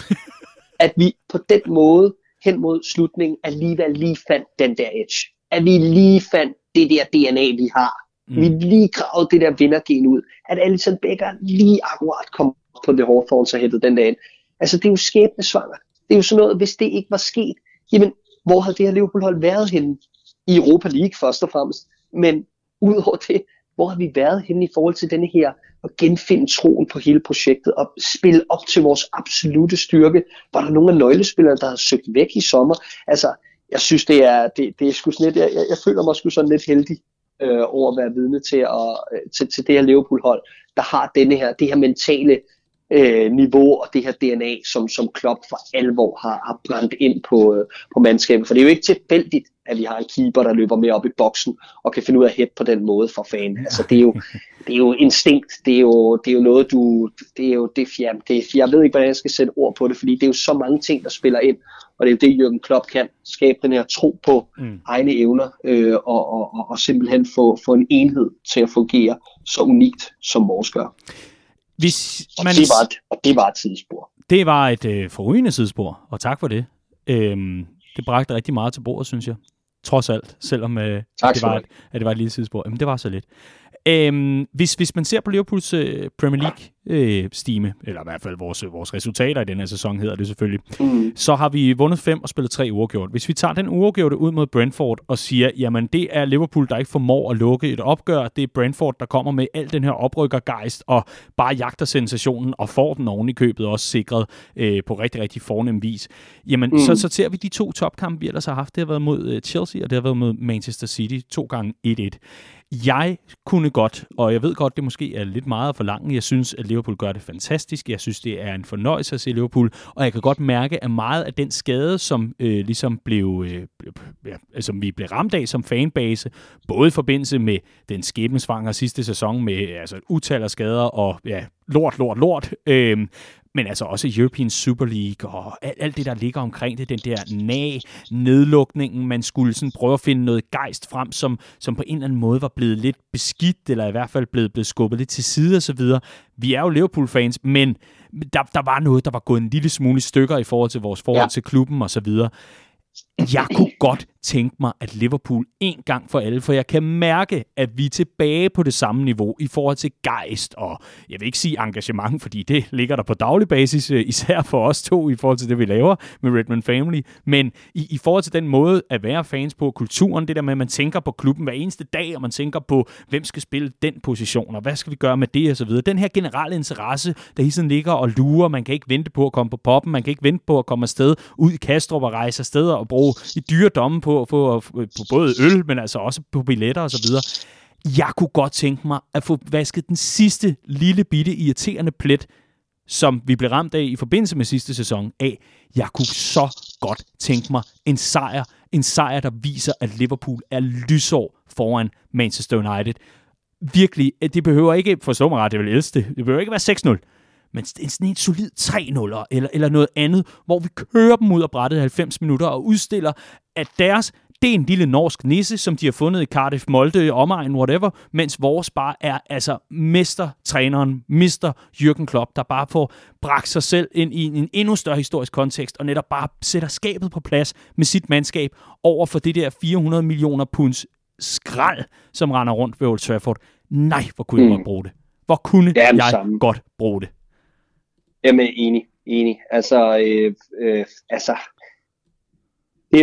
At vi på den måde hen mod slutningen alligevel lige fandt den der edge. At vi lige fandt det der D N A, vi har. Mm. Vi lige gravede det der vindergen ud. At Alisson Becker lige akkurat kom på det Hawthorne, så hættede den der ind. Altså, det er jo skæbnesvangert. Det er jo sådan noget, hvis det ikke var sket, jamen, hvor havde det her Liverpool-hold været henne? I Europa League først og fremmest. Men udover det, hvor har vi været henne i forhold til denne her, at genfinde troen på hele projektet, og spille op til vores absolute styrke? Var der nogle af nøglespillerne, der havde søgt væk i sommer? Altså, jeg synes, det er, det, det er sgu sådan lidt, jeg, jeg føler mig sgu sådan lidt heldig øh, over at være vidne til, at, til, til det her Liverpool-hold, der har denne her, det her mentale Øh, niveau og det her D N A, som, som Klopp for alvor har, har brændt ind på, øh, på mandskabet. For det er jo ikke tilfældigt, at vi har en keeper, der løber med op i boksen og kan finde ud af at hætte på den måde for fan. Altså, det er jo, det er jo instinkt. Det er jo, det er jo noget, du... Det er jo det fjern. Det er, jeg ved ikke, hvordan jeg skal sætte ord på det, fordi det er jo så mange ting, der spiller ind. Og det er jo det, Jürgen Klopp kan. Skabe den her tro på mm. egne evner øh, og, og, og, og simpelthen få, få en enhed til at fungere så unikt, som vores gør. Hvis man... man... og, det var et, og det var et sidespor. Det var et øh, forrygende sidespor, og tak for det. Øhm, det bragte rigtig meget til bordet, synes jeg. Trods alt, selvom øh, det var et, at det var et lille sidespor. Jamen, det var så lidt. Øhm, hvis, hvis man ser på Liverpools øh, Premier League-stime, øh, eller i hvert fald vores, vores resultater i den her sæson, hedder det selvfølgelig, mm. så har vi vundet fem og spillet tre uafgjort. Hvis vi tager den uafgjorte ud mod Brentford og siger, jamen det er Liverpool, der ikke formår at lukke et opgør, det er Brentford, der kommer med al den her oprykkergejst og bare jagter sensationen og får den oven i købet også sikret øh, på rigtig, rigtig fornem vis. Jamen, mm. så, så ser vi de to topkampe, vi ellers har haft. Det har været mod Chelsea, og det har været mod Manchester City, to gange et et. Jeg kunne godt, og jeg ved godt, det måske er lidt meget for langt. Jeg synes, at Liverpool gør det fantastisk. Jeg synes, det er en fornøjelse at se Liverpool, og jeg kan godt mærke, at meget af den skade, som øh, ligesom blev, øh, ja, altså, vi blev ramt af som fanbase, både i forbindelse med den skæbnesvangre sidste sæson med altså, utal af skader og ja, lort, lort, lort, øh, men altså også European Super League og alt, alt det, der ligger omkring det, den der nag, nedlukningen, man skulle sådan prøve at finde noget gejst frem, som, som på en eller anden måde var blevet lidt beskidt, eller i hvert fald blevet, blevet skubbet lidt til side og så videre. Vi er jo Liverpool-fans, men der, der var noget, der var gået en lille smule i stykker i forhold til vores forhold ja. til klubben og så videre. Jeg kunne godt tænke mig, at Liverpool en gang for alle, for jeg kan mærke, at vi er tilbage på det samme niveau i forhold til gejst og, jeg vil ikke sige engagement, fordi det ligger der på daglig basis, især for os to i forhold til det, vi laver med Redman Family, men i, i forhold til den måde at være fans på, kulturen, det der med, at man tænker på klubben hver eneste dag, og man tænker på, hvem skal spille den position, og hvad skal vi gøre med det og så videre. Den her generelle interesse, der hele tiden ligger og lurer, man kan ikke vente på at komme på poppen, man kan ikke vente på at komme afsted ud i Kastrup og rejse afsted og bruge i dyre domme på, på, på både øl, men altså også på billetter og så videre. Jeg kunne godt tænke mig at få vasket den sidste lille bitte irriterende plet, som vi blev ramt af i forbindelse med sidste sæson af. Jeg kunne så godt tænke mig en sejr. En sejr, der viser, at Liverpool er lysår foran Manchester United. Virkelig, det behøver ikke, forstå mig ret, det vil elske det, det behøver ikke være seks nul. Men sådan en solid tre nul eller, eller noget andet, hvor vi kører dem ud af brættet halvfems minutter og udstiller, at deres det er en lille norsk nisse, som de har fundet i Cardiff, Molde, omegn, whatever, mens vores bare er altså mestertræneren, mister Jürgen Klopp, der bare får bragt sig selv ind i en endnu større historisk kontekst, og netop bare sætter skabet på plads med sit mandskab over for det der fire hundrede millioner punds skrald, som render rundt ved Old Trafford. Nej, hvor kunne jeg mm. godt bruge det. Hvor kunne ja, jeg samme. godt bruge det. Jamen, enig, enig. Altså, øh, øh, altså, det,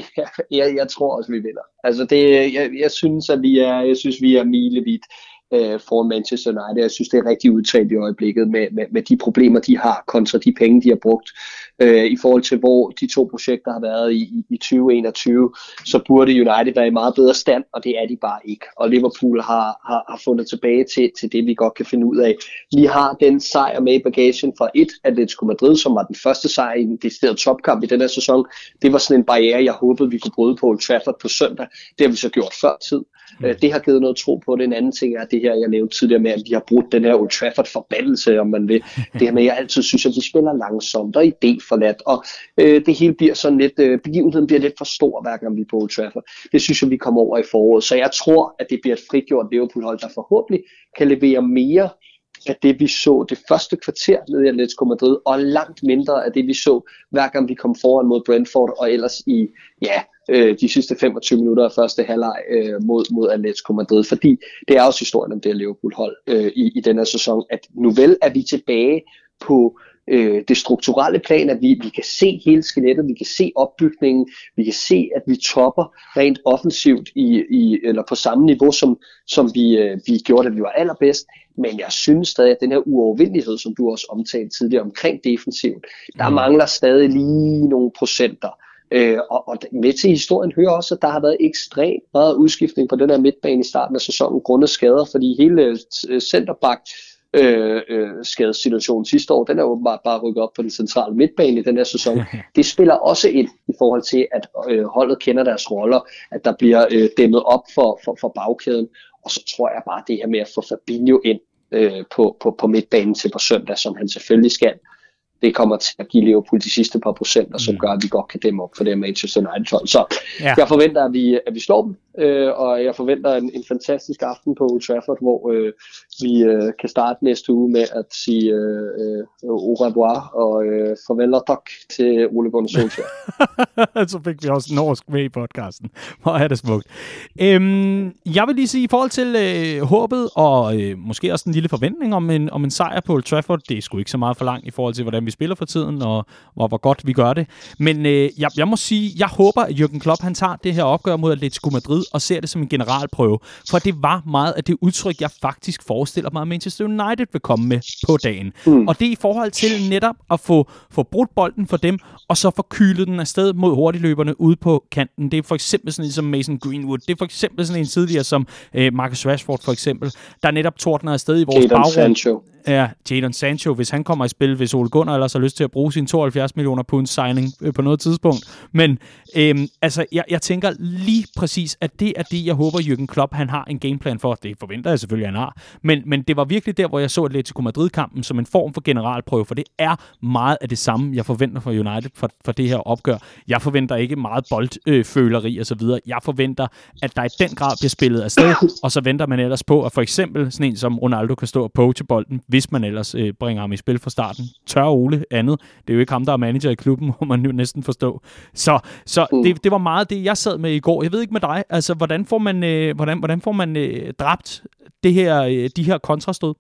jeg, jeg tror også, vi vinder. Altså, det, jeg, jeg synes, at vi er, jeg synes, vi er milevidt øh, foran Manchester United. Jeg synes, det er rigtig udtalt i øjeblikket med, med, med de problemer, de har, kontra de penge, de har brugt. Øh, I forhold til, hvor de to projekter har været i, i, i tyve enogtyve, så burde United være i meget bedre stand, og det er de bare ikke. Og Liverpool har, har, har fundet tilbage til, til det, vi godt kan finde ud af. Vi har den sejr med i bagagen fra et Atletico Madrid, som var den første sejr i en decideret topkamp i den her sæson. Det var sådan en barriere, jeg håbede, vi kunne bryde på Old Trafford på søndag. Det har vi så gjort før tid. Mm. Det har givet noget tro på det. En anden ting er det her, jeg nævnte tidligere med, at vi har brudt den her Old Trafford-forbandelse, om man vil. Det her med, at jeg altid synes, at vi spiller langsomt og idéforladt, og øh, det hele bliver sådan lidt, øh, begivenheden bliver lidt for stor, hver gang vi er på Old Trafford. Det synes jeg, vi kommer over i foråret. Så jeg tror, at det bliver et frigjort Liverpool-hold, der forhåbentlig kan levere mere af det, vi så det første kvarter nede i Atletico Madrid, og langt mindre af det, vi så, hver gang vi kom foran mod Brentford, og ellers i, ja, øh, de sidste femogtyve minutter af første halvleg øh, mod, mod Atletico Madrid. Fordi det er også historien om det her Liverpool-hold øh, i, i den her sæson, at nu vel er vi tilbage på øh, det strukturelle plan, at vi, vi kan se hele skelettet, vi kan se opbygningen, vi kan se, at vi topper rent offensivt i, i, eller på samme niveau, som, som vi, øh, vi gjorde, da vi var allerbedst. Men jeg synes stadig, at den her uovervindelighed, som du også omtalte tidligere omkring defensivt, der mm. mangler stadig lige nogle procenter. Øh, og, og med til historien hører også, at der har været ekstremt meget udskiftning på den her midtbane i starten af sæsonen, grundet skader, fordi hele centerback øh, øh, skadessituationen sidste år, den er jo bare, bare rykket op på den centrale midtbane i den her sæson. Det spiller også ind i forhold til, at øh, holdet kender deres roller, at der bliver øh, dæmmet op for, for, for bagkæden. Og så tror jeg bare, det her med at få Fabinho ind øh, på, på, på midtbanen til på søndag, som han selvfølgelig skal, det kommer til at give Liverpool de sidste par procenter, som mm. gør, at vi godt kan dæmme op for det Manchester United. Så ja. jeg forventer, at vi, at vi slår dem, øh, og jeg forventer en, en fantastisk aften på Old Trafford, hvor øh, vi øh, kan starte næste uge med at sige øh, øh, au revoir og øh, farvel og tak til Ole Gunnar Solskjaer. Så fik vi også norsk med i podcasten. Hvor er det smukt. Øhm, jeg vil lige sige, i forhold til øh, håbet, og øh, måske også en lille forventning om en, om en sejr på Old Trafford, det er sgu ikke så meget for langt i forhold til, hvordan vi spiller for tiden, og hvor, hvor godt vi gør det. Men øh, jeg, jeg må sige, jeg håber, at Jürgen Klopp, han tager det her opgør mod Atletico Madrid, og ser det som en generalprøve. For det var meget af det udtryk, jeg faktisk forestiller mig, at Manchester United vil komme med på dagen. Mm. Og det er i forhold til netop at få, få brudt bolden for dem, og så få kylet den afsted mod hurtigløberne ude på kanten. Det er for eksempel sådan en som Mason Greenwood. Det er for eksempel sådan en tidligere som øh, Marcus Rashford for eksempel, der netop tordner afsted i vores bagrum. Ja, Jadon Sancho, hvis han kommer i spil, hvis Ole Gunnar ellers har lyst til at bruge sin tooghalvfjerds millioner pund signing øh, på noget tidspunkt. Men øhm, altså, jeg, jeg tænker lige præcis, at det er det, jeg håber, Jürgen Klopp, han har en gameplan for. Det forventer jeg selvfølgelig, han har. Men, men det var virkelig der, hvor jeg så Atletico Madrid-kampen som en form for generalprøve, for det er meget af det samme, jeg forventer fra United for, for det her opgør. Jeg forventer ikke meget boldføleri øh, og så videre. Jeg forventer, at der i den grad bliver spillet afsted, og så venter man ellers på, at for eksempel sådan en som Ronaldo kan stå og poache bolden, hvis man ellers øh, bringer ham i spil fra starten. Tør Ole andet. Det er jo ikke ham, der er manager i klubben, må man jo næsten forstå. Så, så mm. det, det var meget det, jeg sad med i går. Jeg ved ikke med dig, altså hvordan får man, øh, hvordan, hvordan får man øh, dræbt det her, øh, de her kontrastød?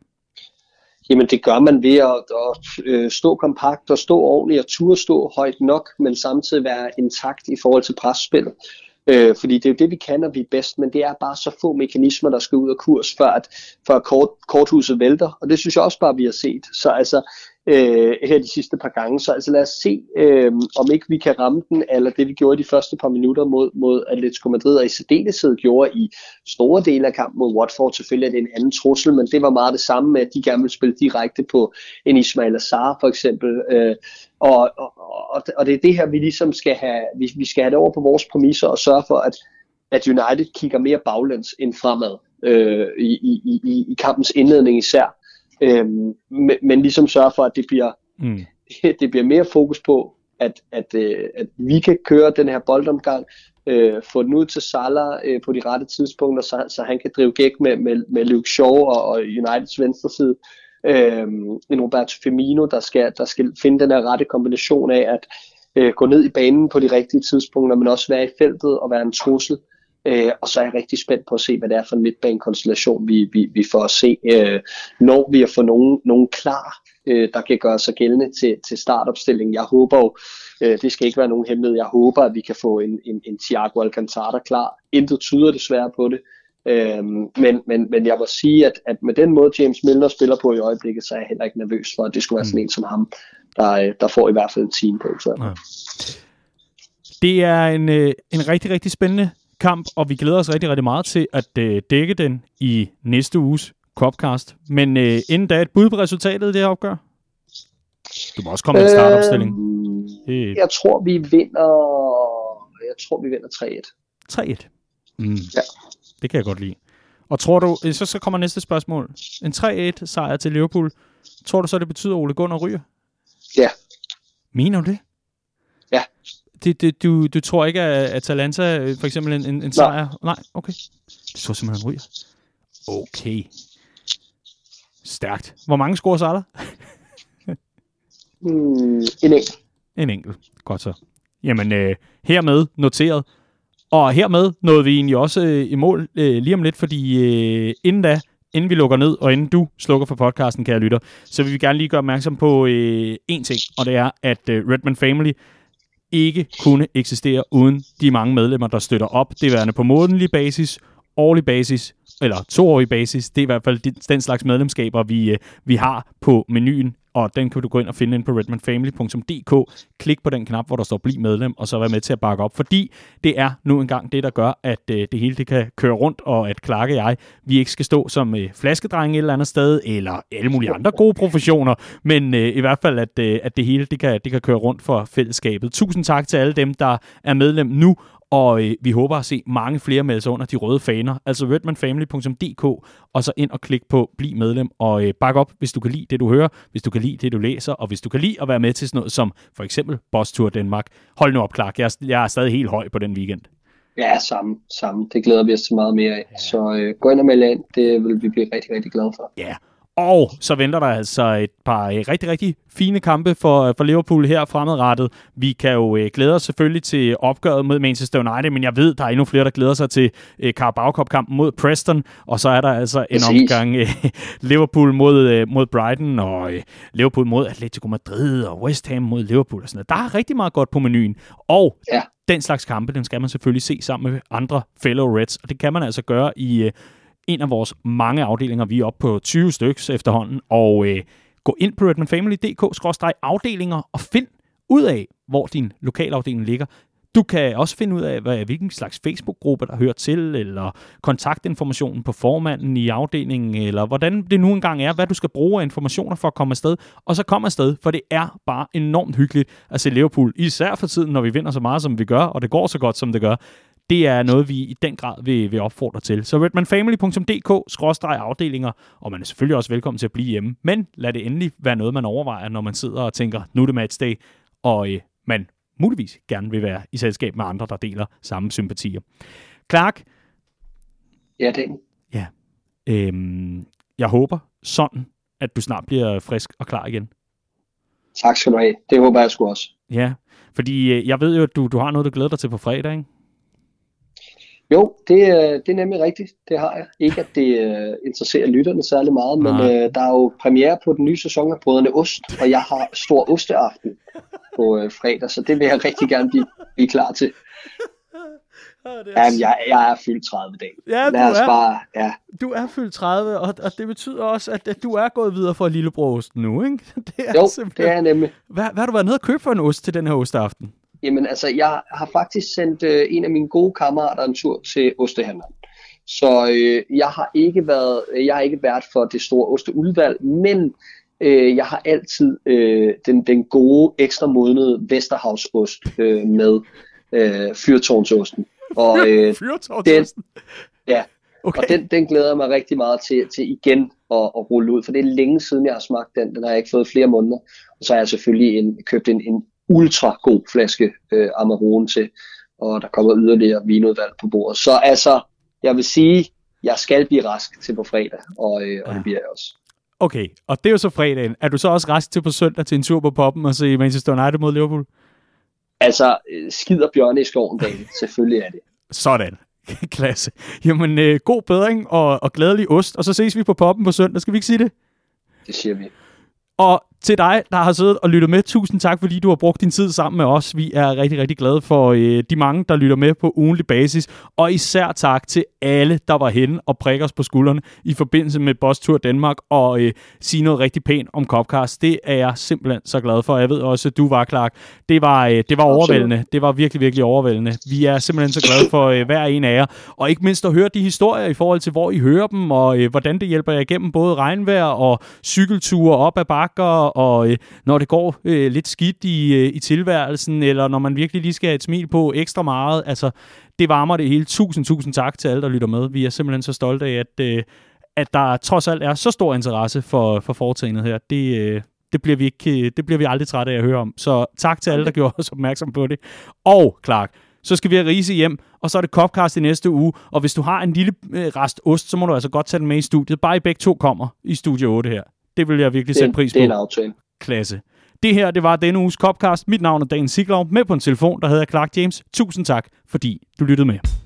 Jamen det gør man ved at, at stå kompakt og stå ordentligt og turde stå højt nok, men samtidig være intakt i forhold til presspillet. Øh, fordi det er jo det, vi kan, når vi er bedst, men det er bare så få mekanismer, der skal ud af kurs, før, at, før kort, korthuset vælter, og det synes jeg også bare, vi har set. Så altså, øh, her de sidste par gange, så altså lad os se, øh, om ikke vi kan ramme den, eller det vi gjorde de første par minutter mod, mod Atletico Madrid, og i særdeleshed gjorde i store dele af kampen mod Watford. Selvfølgelig er det en anden trussel, men det var meget det samme med, at de gerne ville spille direkte på en Ismail Assar for eksempel, øh, Og, og, og, og det er det her, vi ligesom skal have, vi, vi skal have det over på vores præmisser og sørge for, at, at United kigger mere baglæns end fremad øh, i, i, i, i kampens indledning især. Øh, men, men ligesom sørge for, at det bliver, mm. det bliver mere fokus på, at, at, at vi kan køre den her boldomgang, øh, få den ud til Salah øh, på de rette tidspunkter, så, så han kan drive gæk med, med, med Luke Shaw og, og Uniteds venstre side. Øh, en Roberto Firmino, der skal, der skal finde den her rette kombination af at øh, gå ned i banen på de rigtige tidspunkter, men også være i feltet og være en trussel. Øh, og så er jeg rigtig spændt på at se, hvad det er for en midtbanekonstellation, vi, vi, vi får at se, øh, når vi har fået nogen, nogen klar, øh, der kan gøre sig gældende til, til startopstillingen. Jeg håber jo, øh, det skal ikke være nogen hemmelighed, jeg håber, at vi kan få en, en, en Thiago Alcantara klar. Intet tyder desværre på det. Øh, men, men, men jeg må sige, at, at med den måde James Milner spiller på i øjeblikket, så er jeg heller ikke nervøs for, at det skulle være sådan en som ham, der, der får i hvert fald en team på. Så. Ja. Det er en, en rigtig, rigtig spændende kamp, og vi glæder os rigtig, rigtig meget til at øh, dække den i næste uges Copcast. Men øh, inden da, et bud på resultatet i det her opgør? Du må også komme med en startopstilling. Øh, jeg tror, vi vinder jeg tror, vi vinder tre et. tre et? Mm. Ja. Det kan jeg godt lide. Og tror du, så, så kommer næste spørgsmål. En tre et sejr til Liverpool. Tror du så, det betyder, at Ole Gunnar ryger? Ja. Mener du det? Ja. Det, det, du, du tror ikke, at Atalanta for eksempel en, en, en sejr? Nej. Nej, okay. Det tror simpelthen, han ryger. Okay. Stærkt. Hvor mange scorer Salah? mm, en enkelt. En enkelt. Godt så. Jamen, øh, hermed noteret. Og hermed nåede vi egentlig også øh, i mål øh, lige om lidt, fordi øh, inden da, inden vi lukker ned, og inden du slukker for podcasten, kære lytter, så vil vi gerne lige gøre opmærksom på øh, én ting, og det er, at øh, Redman Family ikke kunne eksistere uden de mange medlemmer, der støtter op. Det er værende på månedlig basis, årlig basis, eller toårig basis. Det er i hvert fald den slags medlemskaber, vi, øh, vi har på menuen, og den kan du gå ind og finde ind på redman family punktum d k. Klik på den knap, hvor der står bliv medlem, og så være med til at bakke op, fordi det er nu engang det, der gør, at øh, det hele det kan køre rundt, og at Clarke og jeg, vi ikke skal stå som øh, flaskedrenge et eller andet sted, eller alle mulige andre gode professioner, men øh, i hvert fald, at, øh, at det hele det kan, det kan køre rundt for fællesskabet. Tusind tak til alle dem, der er medlem nu, og øh, vi håber at se mange flere melde sig under de røde faner, altså redman family punktum d k, og så ind og klik på bliv medlem, og øh, bak op, hvis du kan lide det, du hører, hvis du kan lide det, du læser, og hvis du kan lide at være med til sådan noget som for eksempel Boss Tour Danmark. Hold nu op, Clark. Jeg, jeg er stadig helt høj på den weekend. Ja, samme, samme. Det glæder vi os til meget mere af. Ja. Så øh, gå ind og melde ind. Det vil vi blive rigtig, rigtig glade for. Ja. Og så venter der altså et par øh, rigtig, rigtig fine kampe for, for Liverpool her fremadrettet. Vi kan jo øh, glæde os selvfølgelig til opgøret mod Manchester United, men jeg ved, der er endnu flere, der glæder sig til øh, Carabao Cup-kampen mod Preston, og så er der altså en Præcis. omgang øh, Liverpool mod, øh, mod Brighton, og øh, Liverpool mod Atletico Madrid, og West Ham mod Liverpool og sådan noget. Der er rigtig meget godt på menuen, og ja. den slags kampe, den skal man selvfølgelig se sammen med andre fellow Reds, og det kan man altså gøre i... Øh, en af vores mange afdelinger. Vi er oppe på tyve styks efterhånden, og øh, gå ind på redman family punktum d k skråstreg afdelinger og find ud af, hvor din lokalafdeling ligger. Du kan også finde ud af, hvad, hvilken slags Facebook-gruppe, der hører til, eller kontaktinformationen på formanden i afdelingen, eller hvordan det nu engang er, hvad du skal bruge af informationer for at komme afsted, og så komme afsted, for det er bare enormt hyggeligt at se Liverpool, især for tiden, når vi vinder så meget, som vi gør, og det går så godt, som det gør. Det er noget, vi i den grad vil, vil opfordre til. Så redman family punktum d k skråstreg afdelinger, og man er selvfølgelig også velkommen til at blive hjemme, men lad det endelig være noget, man overvejer, når man sidder og tænker, nu er det matchday, og øh, man muligvis gerne vil være i selskab med andre, der deler samme sympatier. Clark? Ja, det Ja. Øhm, jeg håber sådan, at du snart bliver frisk og klar igen. Tak skal du have. Det håber jeg sgu også. Ja, fordi øh, jeg ved jo, at du, du har noget, du glæder dig til på fredag, ikke? Jo, det, det er nemlig rigtigt. Det har jeg. Ikke, at det uh, interesserer lytterne særlig meget, men uh, der er jo premiere på den nye sæson af Brødrene Ost, og jeg har stor osteaften på uh, fredag, så det vil jeg rigtig gerne blive, blive klar til. Jamen, jeg, jeg er fyldt tredive dage. Ja, du Lad os er, bare, ja. du er fyldt tredive, og, og det betyder også, at, at du er gået videre for lillebrosten nu, ikke? Det er jo, det er jeg nemlig. Hvad, hvad har du været nede og købe for en ost til den her osteaften? Jamen altså, jeg har faktisk sendt øh, en af mine gode kammerater en tur til ostehandleren. Så øh, jeg har ikke været, jeg har ikke været for det store osteudvalg, men øh, jeg har altid øh, den, den gode ekstra modnede Vesterhavsost øh, med øh, fyrtårnsosten. Og øh, fyrtårnsosten? Ja, okay. Og den, den glæder jeg mig rigtig meget til, til igen at, at rulle ud, for det er længe siden, jeg har smagt den. Den har jeg ikke fået flere måneder. Og så har jeg selvfølgelig en, købt en, en ultra god flaske øh, Amarone til. og der kommer yderligere vinudvalg på bordet. Så altså, jeg vil sige, jeg skal blive rask til på fredag, og, øh, og det bliver jeg også. Okay, og det er jo så fredagen. Er du så også rask til på søndag til en tur på poppen og se Manchester United mod Liverpool? Altså, skider bjørne i skoven, David. Selvfølgelig er det. Sådan. Klasse. Jamen, øh, god bedring og, og glædelig ost, og så ses vi på poppen på søndag. Skal vi ikke sige det? Det siger vi. Og til dig, der har siddet og lyttet med, tusind tak, fordi du har brugt din tid sammen med os. Vi er rigtig, rigtig glade for øh, de mange, der lytter med på ugentlig basis. Og især tak til alle, der var henne og prikker os på skuldrene i forbindelse med Boss Tour Danmark og øh, sige noget rigtig pænt om Copcast. Det er jeg simpelthen så glad for. Jeg ved også, at du var, Clark. Det var, øh, det var overvældende. Det var virkelig, virkelig overvældende. Vi er simpelthen så glade for øh, hver en af jer. Og ikke mindst at høre de historier i forhold til, hvor I hører dem, og øh, hvordan det hjælper jer igennem både regnvejr og cykelture op ad bakker, og øh, når det går øh, lidt skidt i, øh, i tilværelsen, eller når man virkelig lige skal have et smil på ekstra meget. Altså, det varmer det hele. Tusind, tusind tak til alle, der lytter med. Vi er simpelthen så stolte af, at, øh, at der trods alt er så stor interesse for, for foretagendet her. Det, øh, det, bliver vi ikke, det bliver vi aldrig trætte af at høre om. Så tak til alle, der gjorde os opmærksom på det. Og, Clark, så skal vi have Riise hjem, og så er det Copcast i næste uge. Og hvis du har en lille øh, rest ost, så må du altså godt tage den med i studiet. Bare I begge to kommer i Studie otte her. Det vil jeg virkelig sætte pris på. Det er en aftale. Klasse. Det her, det var denne uges Copcast. Mit navn er Dan Siglau. Med på en telefon, der hedder Clark James. Tusind tak, fordi du lyttede med.